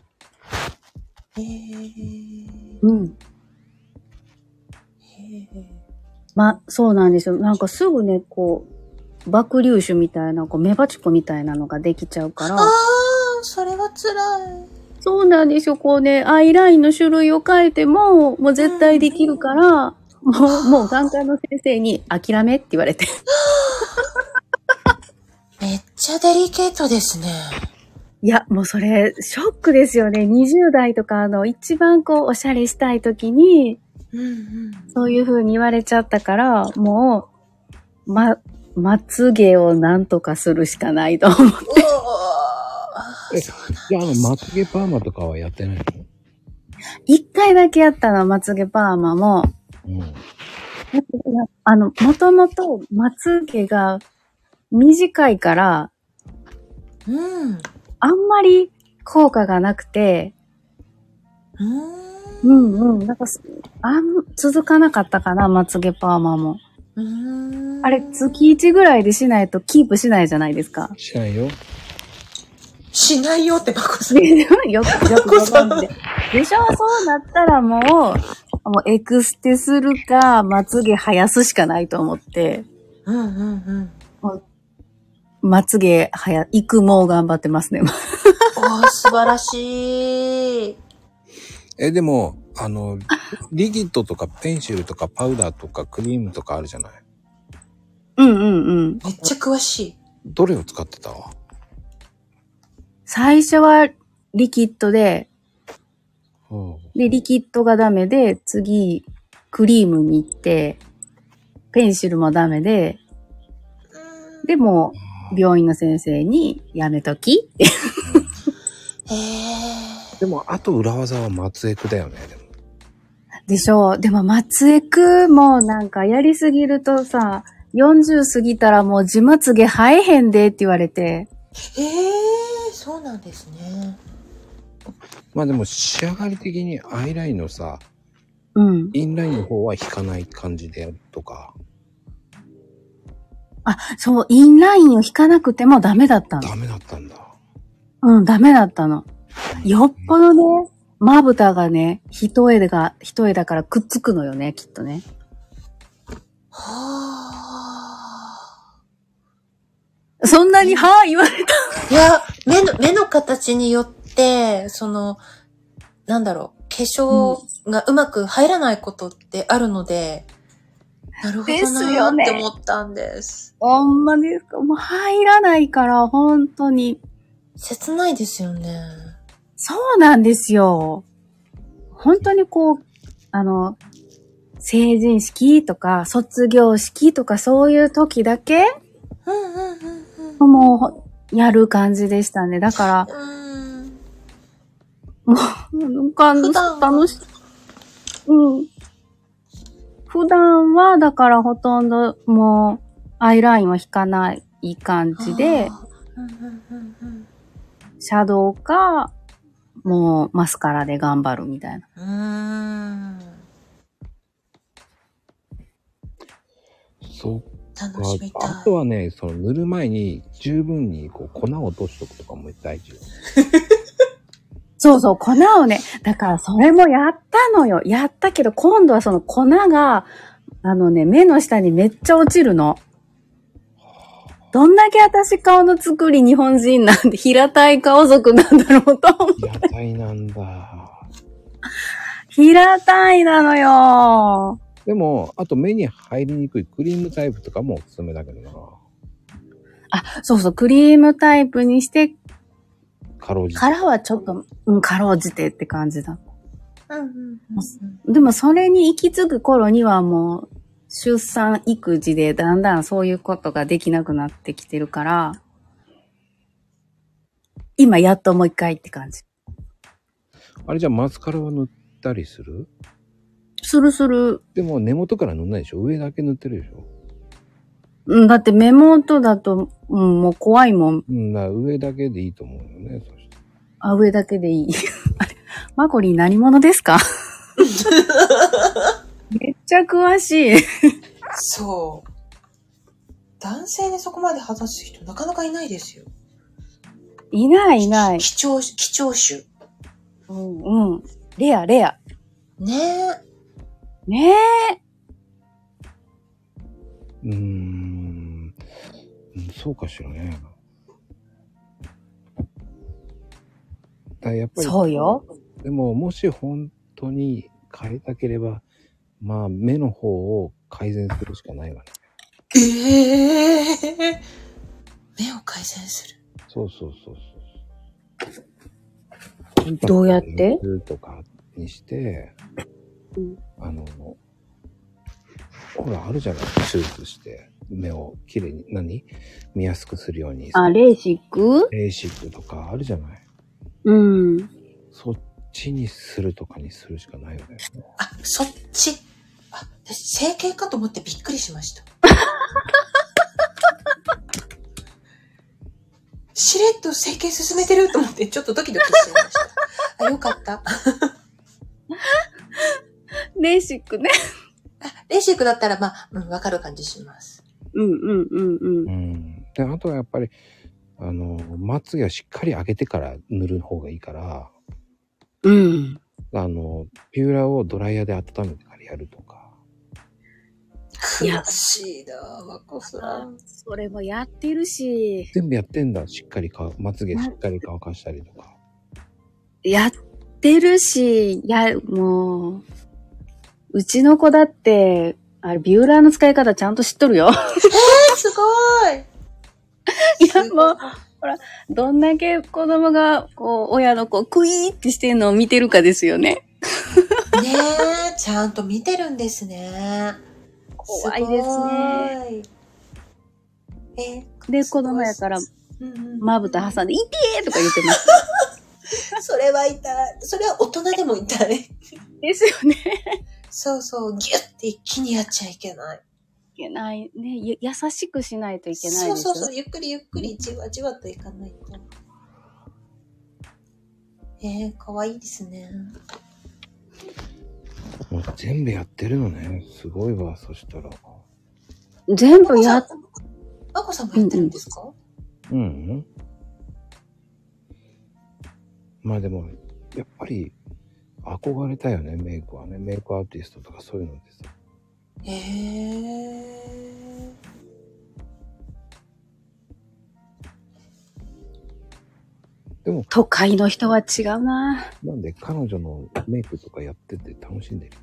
そうなんですよ。なんかすぐね、爆粒子みたいな、メバチコみたいなのができちゃうから。 それは辛い。 そうなんですよ。アイラインの種類を変えても、もう絶対できるから、もう眼科の先生に諦めって言われて。 めっちゃデリケートですね。 いや、もうそれ、ショックですよね。20代とか一番おしゃれしたい時に、そういう風に言われちゃったから、もう、まつげをなんとかするしかないと思って。 じゃあまつげパーマとかはやってないの？ 一回だけやったの、まつげパーマも。もともとまつげが短いから、あんまり効果がなくて、なんか続かなかったかな、まつげパーマも。あれ、月1ぐらいでしないとキープしないじゃないですか。 しないよ。 しないよってバコさん。 よくご存知で。でしょ？そうなったらもうエクステするか、まつげ生やすしかないと思って。まつげ育毛頑張ってますね。 素晴らしい。 でも、リキッドとかペンシルとかパウダーとかクリームとかあるじゃない。 うんうんうん。 めっちゃ詳しい。 どれを使ってた？ 最初はリキッドで、で、リキッドがダメで、次、クリームに行って、ペンシルもダメで、でも、病院の先生に、やめときって。 でも、あと裏技は松江区だよね、でも。 でしょう。でも、松江区もなんかやりすぎるとさ、40過ぎたらもう自まつげ生えへんでって言われて。 そうなんですね。 まあでも仕上がり的にアイラインのさ、インラインの方は引かない感じでやるとか。 あ、そう、インラインを引かなくてもダメだったの。 ダメだったんだ。 ダメだったの。よっぽどね、まぶたがね、一重だからくっつくのよね、きっとね。そんなに言われた。 いや、目の形によって、なんだろう、化粧がうまく入らないことってあるので、なるほどなーって思ったんです。 ほんまですか？もう入らないから、本当に。 切ないですよね。 そうなんですよ。本当にこう、成人式とか卒業式とかそういう時だけ、もうやる感じでしたね。だから、もう、楽しい。普段は、だからほとんどもう、アイラインは引かない感じで、シャドウか、もうマスカラで頑張るみたいな。 そっか。 楽しみたい。 あとはね、塗る前に十分にこう粉を落としとくとかも大事よ。 そうそう、粉をね、だからそれもやったのよ。やったけど、今度はその粉が、目の下にめっちゃ落ちるの。どんだけ私顔の作り日本人なんで平たい顔族なんだろうと思って。 平たいなんだ。 平たいなのよ。 でも、あと目に入りにくいクリームタイプとかもおすすめだけどな。 あ、そうそう、クリームタイプにして、 かろうじて。 からはちょっと、かろうじてって感じだ。でもそれに行き着く頃にはもう、出産育児でだんだんそういうことができなくなってきてるから、今やっともう一回って感じ。 あれじゃあマスカラは塗ったりする？ する。 でも根元から塗んないでしょ？上だけ塗ってるでしょ？ だって目元だと、もう怖いもん。 上だけでいいと思うよね。そして上だけでいい。あれ、マコリン何者ですか？めっちゃ詳しい。 そう。男性でそこまで話す人なかなかいないですよ。 いない。 貴重種。 レア。 ねえ。そうかしらね。やっぱり。 そうよ。 でも、もし本当に変えたければ、まあ、目の方を改善するしかないわね。 目を改善する。 そう。 どうやってとかにして、ほら、あるじゃない、手術して、目をきれいに、見やすくするように。 レーシックとかあるじゃない。そっちにするとかにするしかないよね。 そっち。私、整形かと思ってびっくりしました。しれっと整形進めてると思ってちょっとドキドキしちゃいました。よかった。 レーシックね。 レーシックだったらわかる感じします。 で、あとはやっぱりまつげはしっかり上げてから塗る方がいいから、ピューラーをドライヤーで温めてからやるとか。 悔しいな、まこさん。 それもやってるし。 全部やってんだ。しっかりまつげしっかり乾かしたりとか。 やってるし、もう、うちの子だって、ビューラーの使い方ちゃんと知っとるよ。 すごい。 いや、もう、ほら、どんだけ子供が、親の子、クイーってしてるのを見てるかですよね。 ねえ、ちゃんと見てるんですね。 怖いですね。で、子供やから、まぶた挟んで、痛えとか言ってます。 それは痛い。それは大人でも痛い。 ですよね。 そうそう、ギュッて一気にやっちゃいけない。 いけないね。優しくしないといけないですよ。 そう、ゆっくりゆっくり、じわじわといかないと。かわいいですね。 もう全部やってるのね。すごいわ、そしたら。 全部まこさんもやってるんですか？ まあでも、やっぱり、憧れたよね、メイクはね。メイクアーティストとかそういうのでさ。でも、 都会の人は違うな。 なんで彼女のメイクとかやってて楽しんでる。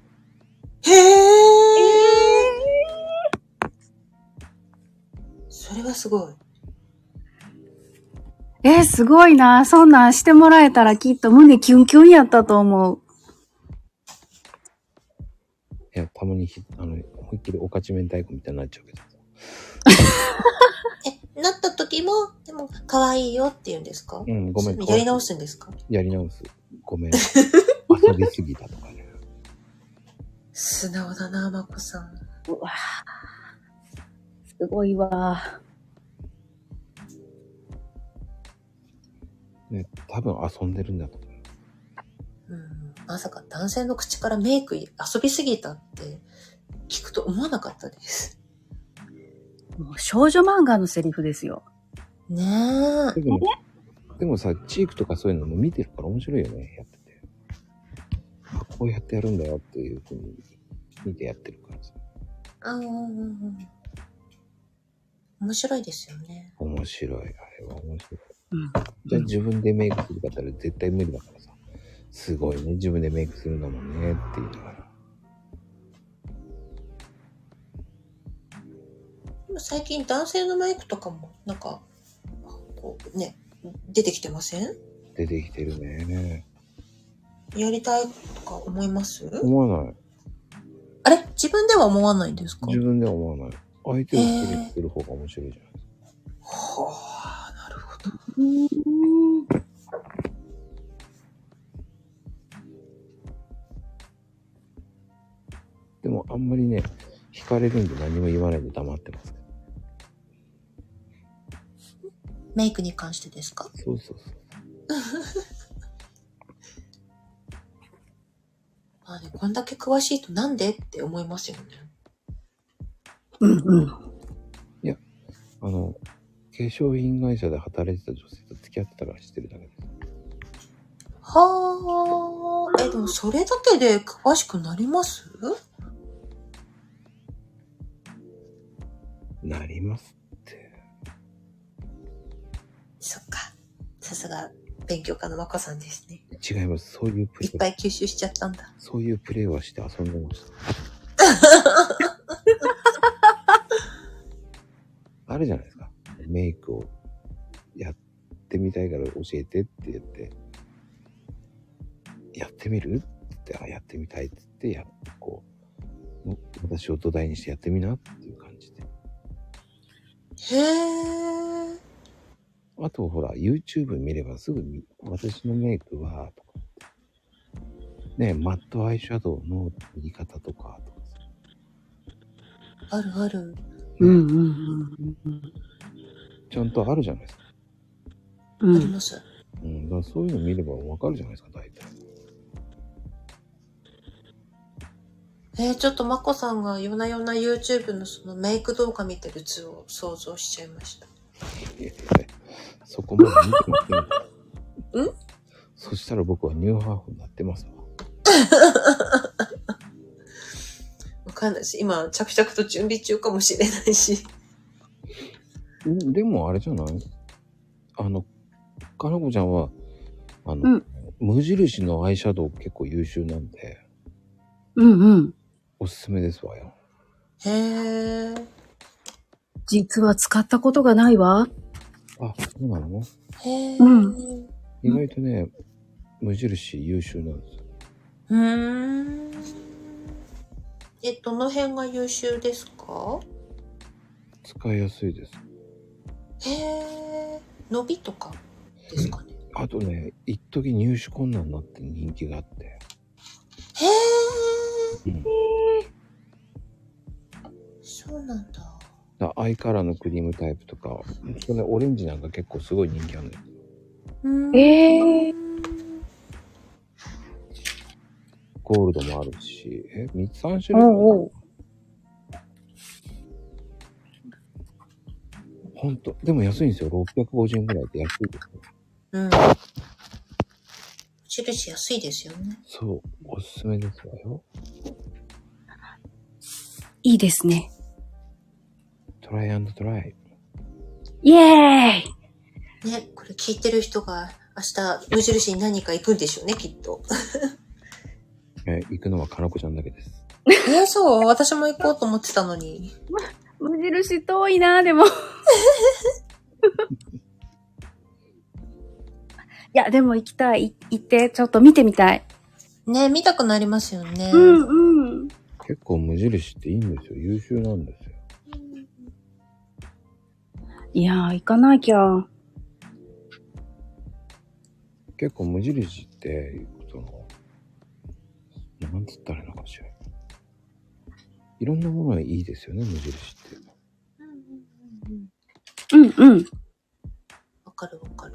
それはすごい。 すごいな。そんなんしてもらえたらきっと胸キュンキュンやったと思う。 いや、たまに思いっきりおかち明太子みたいになっちゃうけど。 なった時も、でも、可愛いよって言うんですか？ ごめん。 やり直すんですか？ やり直す。ごめん。遊びすぎたとかね。 素直だな、まこさん。 うわすごいわ。 ね、多分遊んでるんだと思う。 まさか男性の口からメイク遊びすぎたって聞くと思わなかったです。 もう少女漫画のセリフですよ。 ねえ。 でもさ、チークとかそういうのも見てるから面白いよね、やってて。こうやってやるんだよっていう風に見てやってるからさ。 面白いですよね。 面白い。あれは面白い。じゃあ自分でメイクするかったら絶対無理だからさ。すごいね、自分でメイクするんだもんねって言いながら。 でも最近男性のメイクとかもなんかこうね出てきてません？ 出てきてるね。 やりたいとか思います？ 思わない。 あれ？自分では思わないんですか？ 自分では思わない。相手を好きにする方が面白いじゃないですか。 はあ、なるほど。 でもあんまりね、惹かれるんで何も言わないで黙ってます。 メイクに関してですか？ そうそうそう。 まあね、こんだけ詳しいとなんでって思いますよね。 いや、化粧品会社で働いてた女性と付き合ってたから知ってるだけです。 はあ。でもそれだけで詳しくなります？ なりますって。 そっか。さすが勉強家のまこさんですね。 違います。そういうプレイ。 いっぱい吸収しちゃったんだ。 そういうプレイはして遊んでました。あるじゃないですか。メイクをやってみたいから教えてって言って、やってみるって言って、やってみたいって言って、私を土台にしてやってみなっていう感じで。 へー。 あとほら YouTube 見ればすぐに私のメイクはとかね、マットアイシャドウの塗り方とかあるある。 ちゃんとあるじゃないですか。 あります。 だからそういうの見ればわかるじゃないですか、大体。 ちょっとまこさんが夜な夜な YouTube のそのメイク動画見てる図を想像しちゃいました。 そこまで見てません。 ん？ そしたら僕はニューハーフになってますわ。 かんないし、今、着々と準備中かもしれないし。 でもあれじゃない？かなこちゃんは、無印のアイシャドウ結構優秀なんで。 うんうん。 おすすめですわよ。 へー。 実は使ったことがないわ。 あ、そうなの？ へー。 うん。 意外とね、無印優秀なんですよ。 どの辺が優秀ですか？ 使いやすいです。 へー。伸びとかですかね。 あとね、一時入手困難になって人気があって。 へー。そうなんだ。 アイカラーのクリームタイプとか、それオレンジなんか結構すごい人気あるんですよ。ゴールドもあるし、3種類ほんと、でも安いんですよ。650円ぐらいで安いですよ。 うん。印安いですよね。 そう、おすすめですわよ。 いいですね。 トライ&トライ。 イエーイね、これ聞いてる人が明日無印に何か行くんでしょうね、きっと。 行くのはかなこちゃんだけです。 そう、私も行こうと思ってたのに。 無印遠いな、でも。いや、でも行きたい。行って、ちょっと見てみたい。 ね、見たくなりますよね。 うんうん。 結構無印っていいんですよ。優秀なんですよ。 いやー、行かなきゃ。 結構無印って、なんつったらいいのかしら。いろんなものがいいですよね、無印って。 うんうん。 わかるわかる。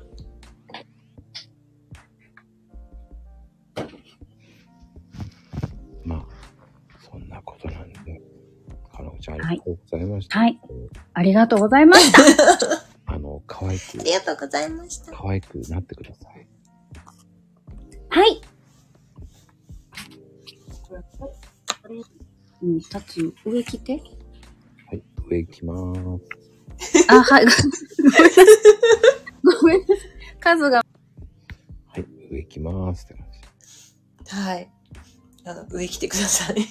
まあ、そんなことなんで、かなこちゃんありがとうございました。 はい。ありがとうございました。 可愛く。 ありがとうございました。 可愛くなってください。 はい。タッチ、上来て。 はい、上行きまーす。 あ、はい。ごめんなさい。数が。 はい、上行きまーすって感じ。 はい。上来てください。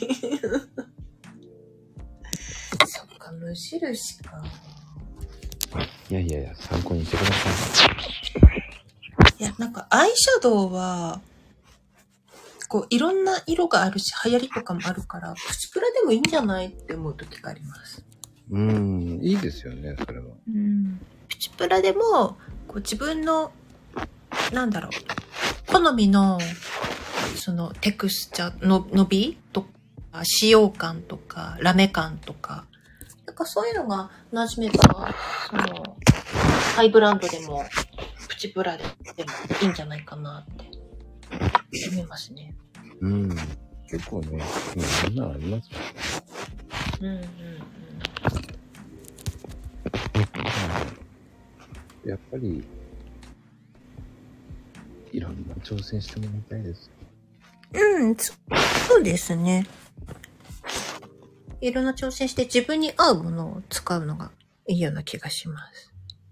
そっか、無印か。 いや、参考にしてください。いや、なんか、アイシャドウは、こう、いろんな色があるし、流行りとかもあるから、プチプラでもいいんじゃないって思う時があります。 いいですよね、それは。 プチプラでも、こう自分の、なんだろう、好みの、そのテクスチャーの伸びとか、使用感とか、ラメ感とか、なんかそういうのが馴染めば、その、ハイブランドでも、プチプラでもいいんじゃないかなって思いますね。 結構ね、そんなのありますよね。やっぱり、いろんな挑戦してもらいたいです。 そうですね。いろんな挑戦して自分に合うものを使うのがいいような気がします。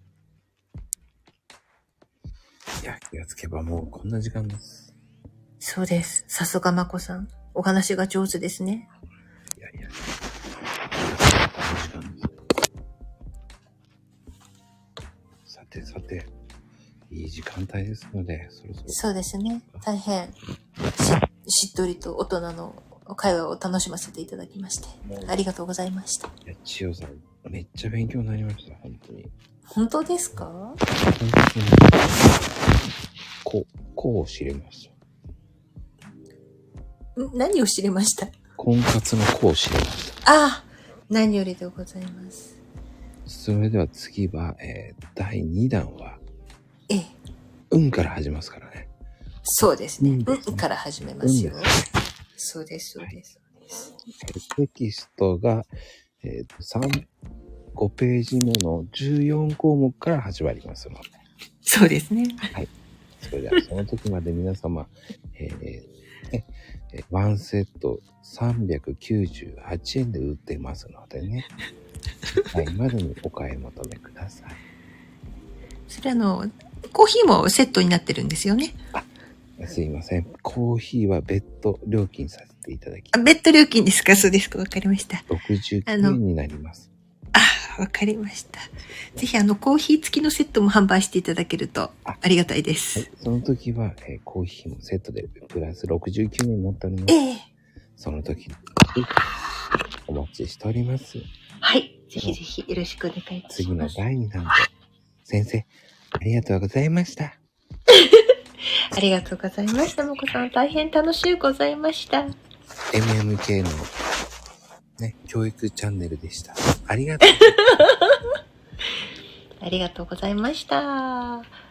いや、気がつけばもうこんな時間です。 そうです。さすがまこさん。お話が上手ですね。 いや。さて、いい時間帯ですので、そろそろ。 そうですね。大変しっとりと大人の会話を楽しませていただきまして、ありがとうございました。 いや、千代さん、めっちゃ勉強になりました、本当に。 本当ですか？ 本当に。こう知れました。 何を知りました？ 婚活のこう知れました。 ああ、何よりでございます。 それでは次は、第2弾は、から始めますからね。 そうですね。から始めますよ。そうです。 テキストが、5ページ目の14項目から始まりますので。 そうですね。 はい。それではその時まで皆様、 1セット398円で売ってますのでね。はい、までにお買い求めください。 それコーヒーもセットになってるんですよね。 すいません。コーヒーは別途料金させていただきます。 別途料金ですか？そうですか。わかりました。 69円になります。 わかりました。ぜひコーヒー付きのセットも販売していただけるとありがたいです。 はい、その時は、コーヒーもセットでプラス69円になっております。その時にお待ちしております。 はい。ぜひぜひよろしくお願いいたします。 次の第2弾で。先生、ありがとうございました。 ありがとうございました。もこさん、大変楽しゅうございました。 MMK のね、教育チャンネルでした。ありがとう。 ありがとうございました。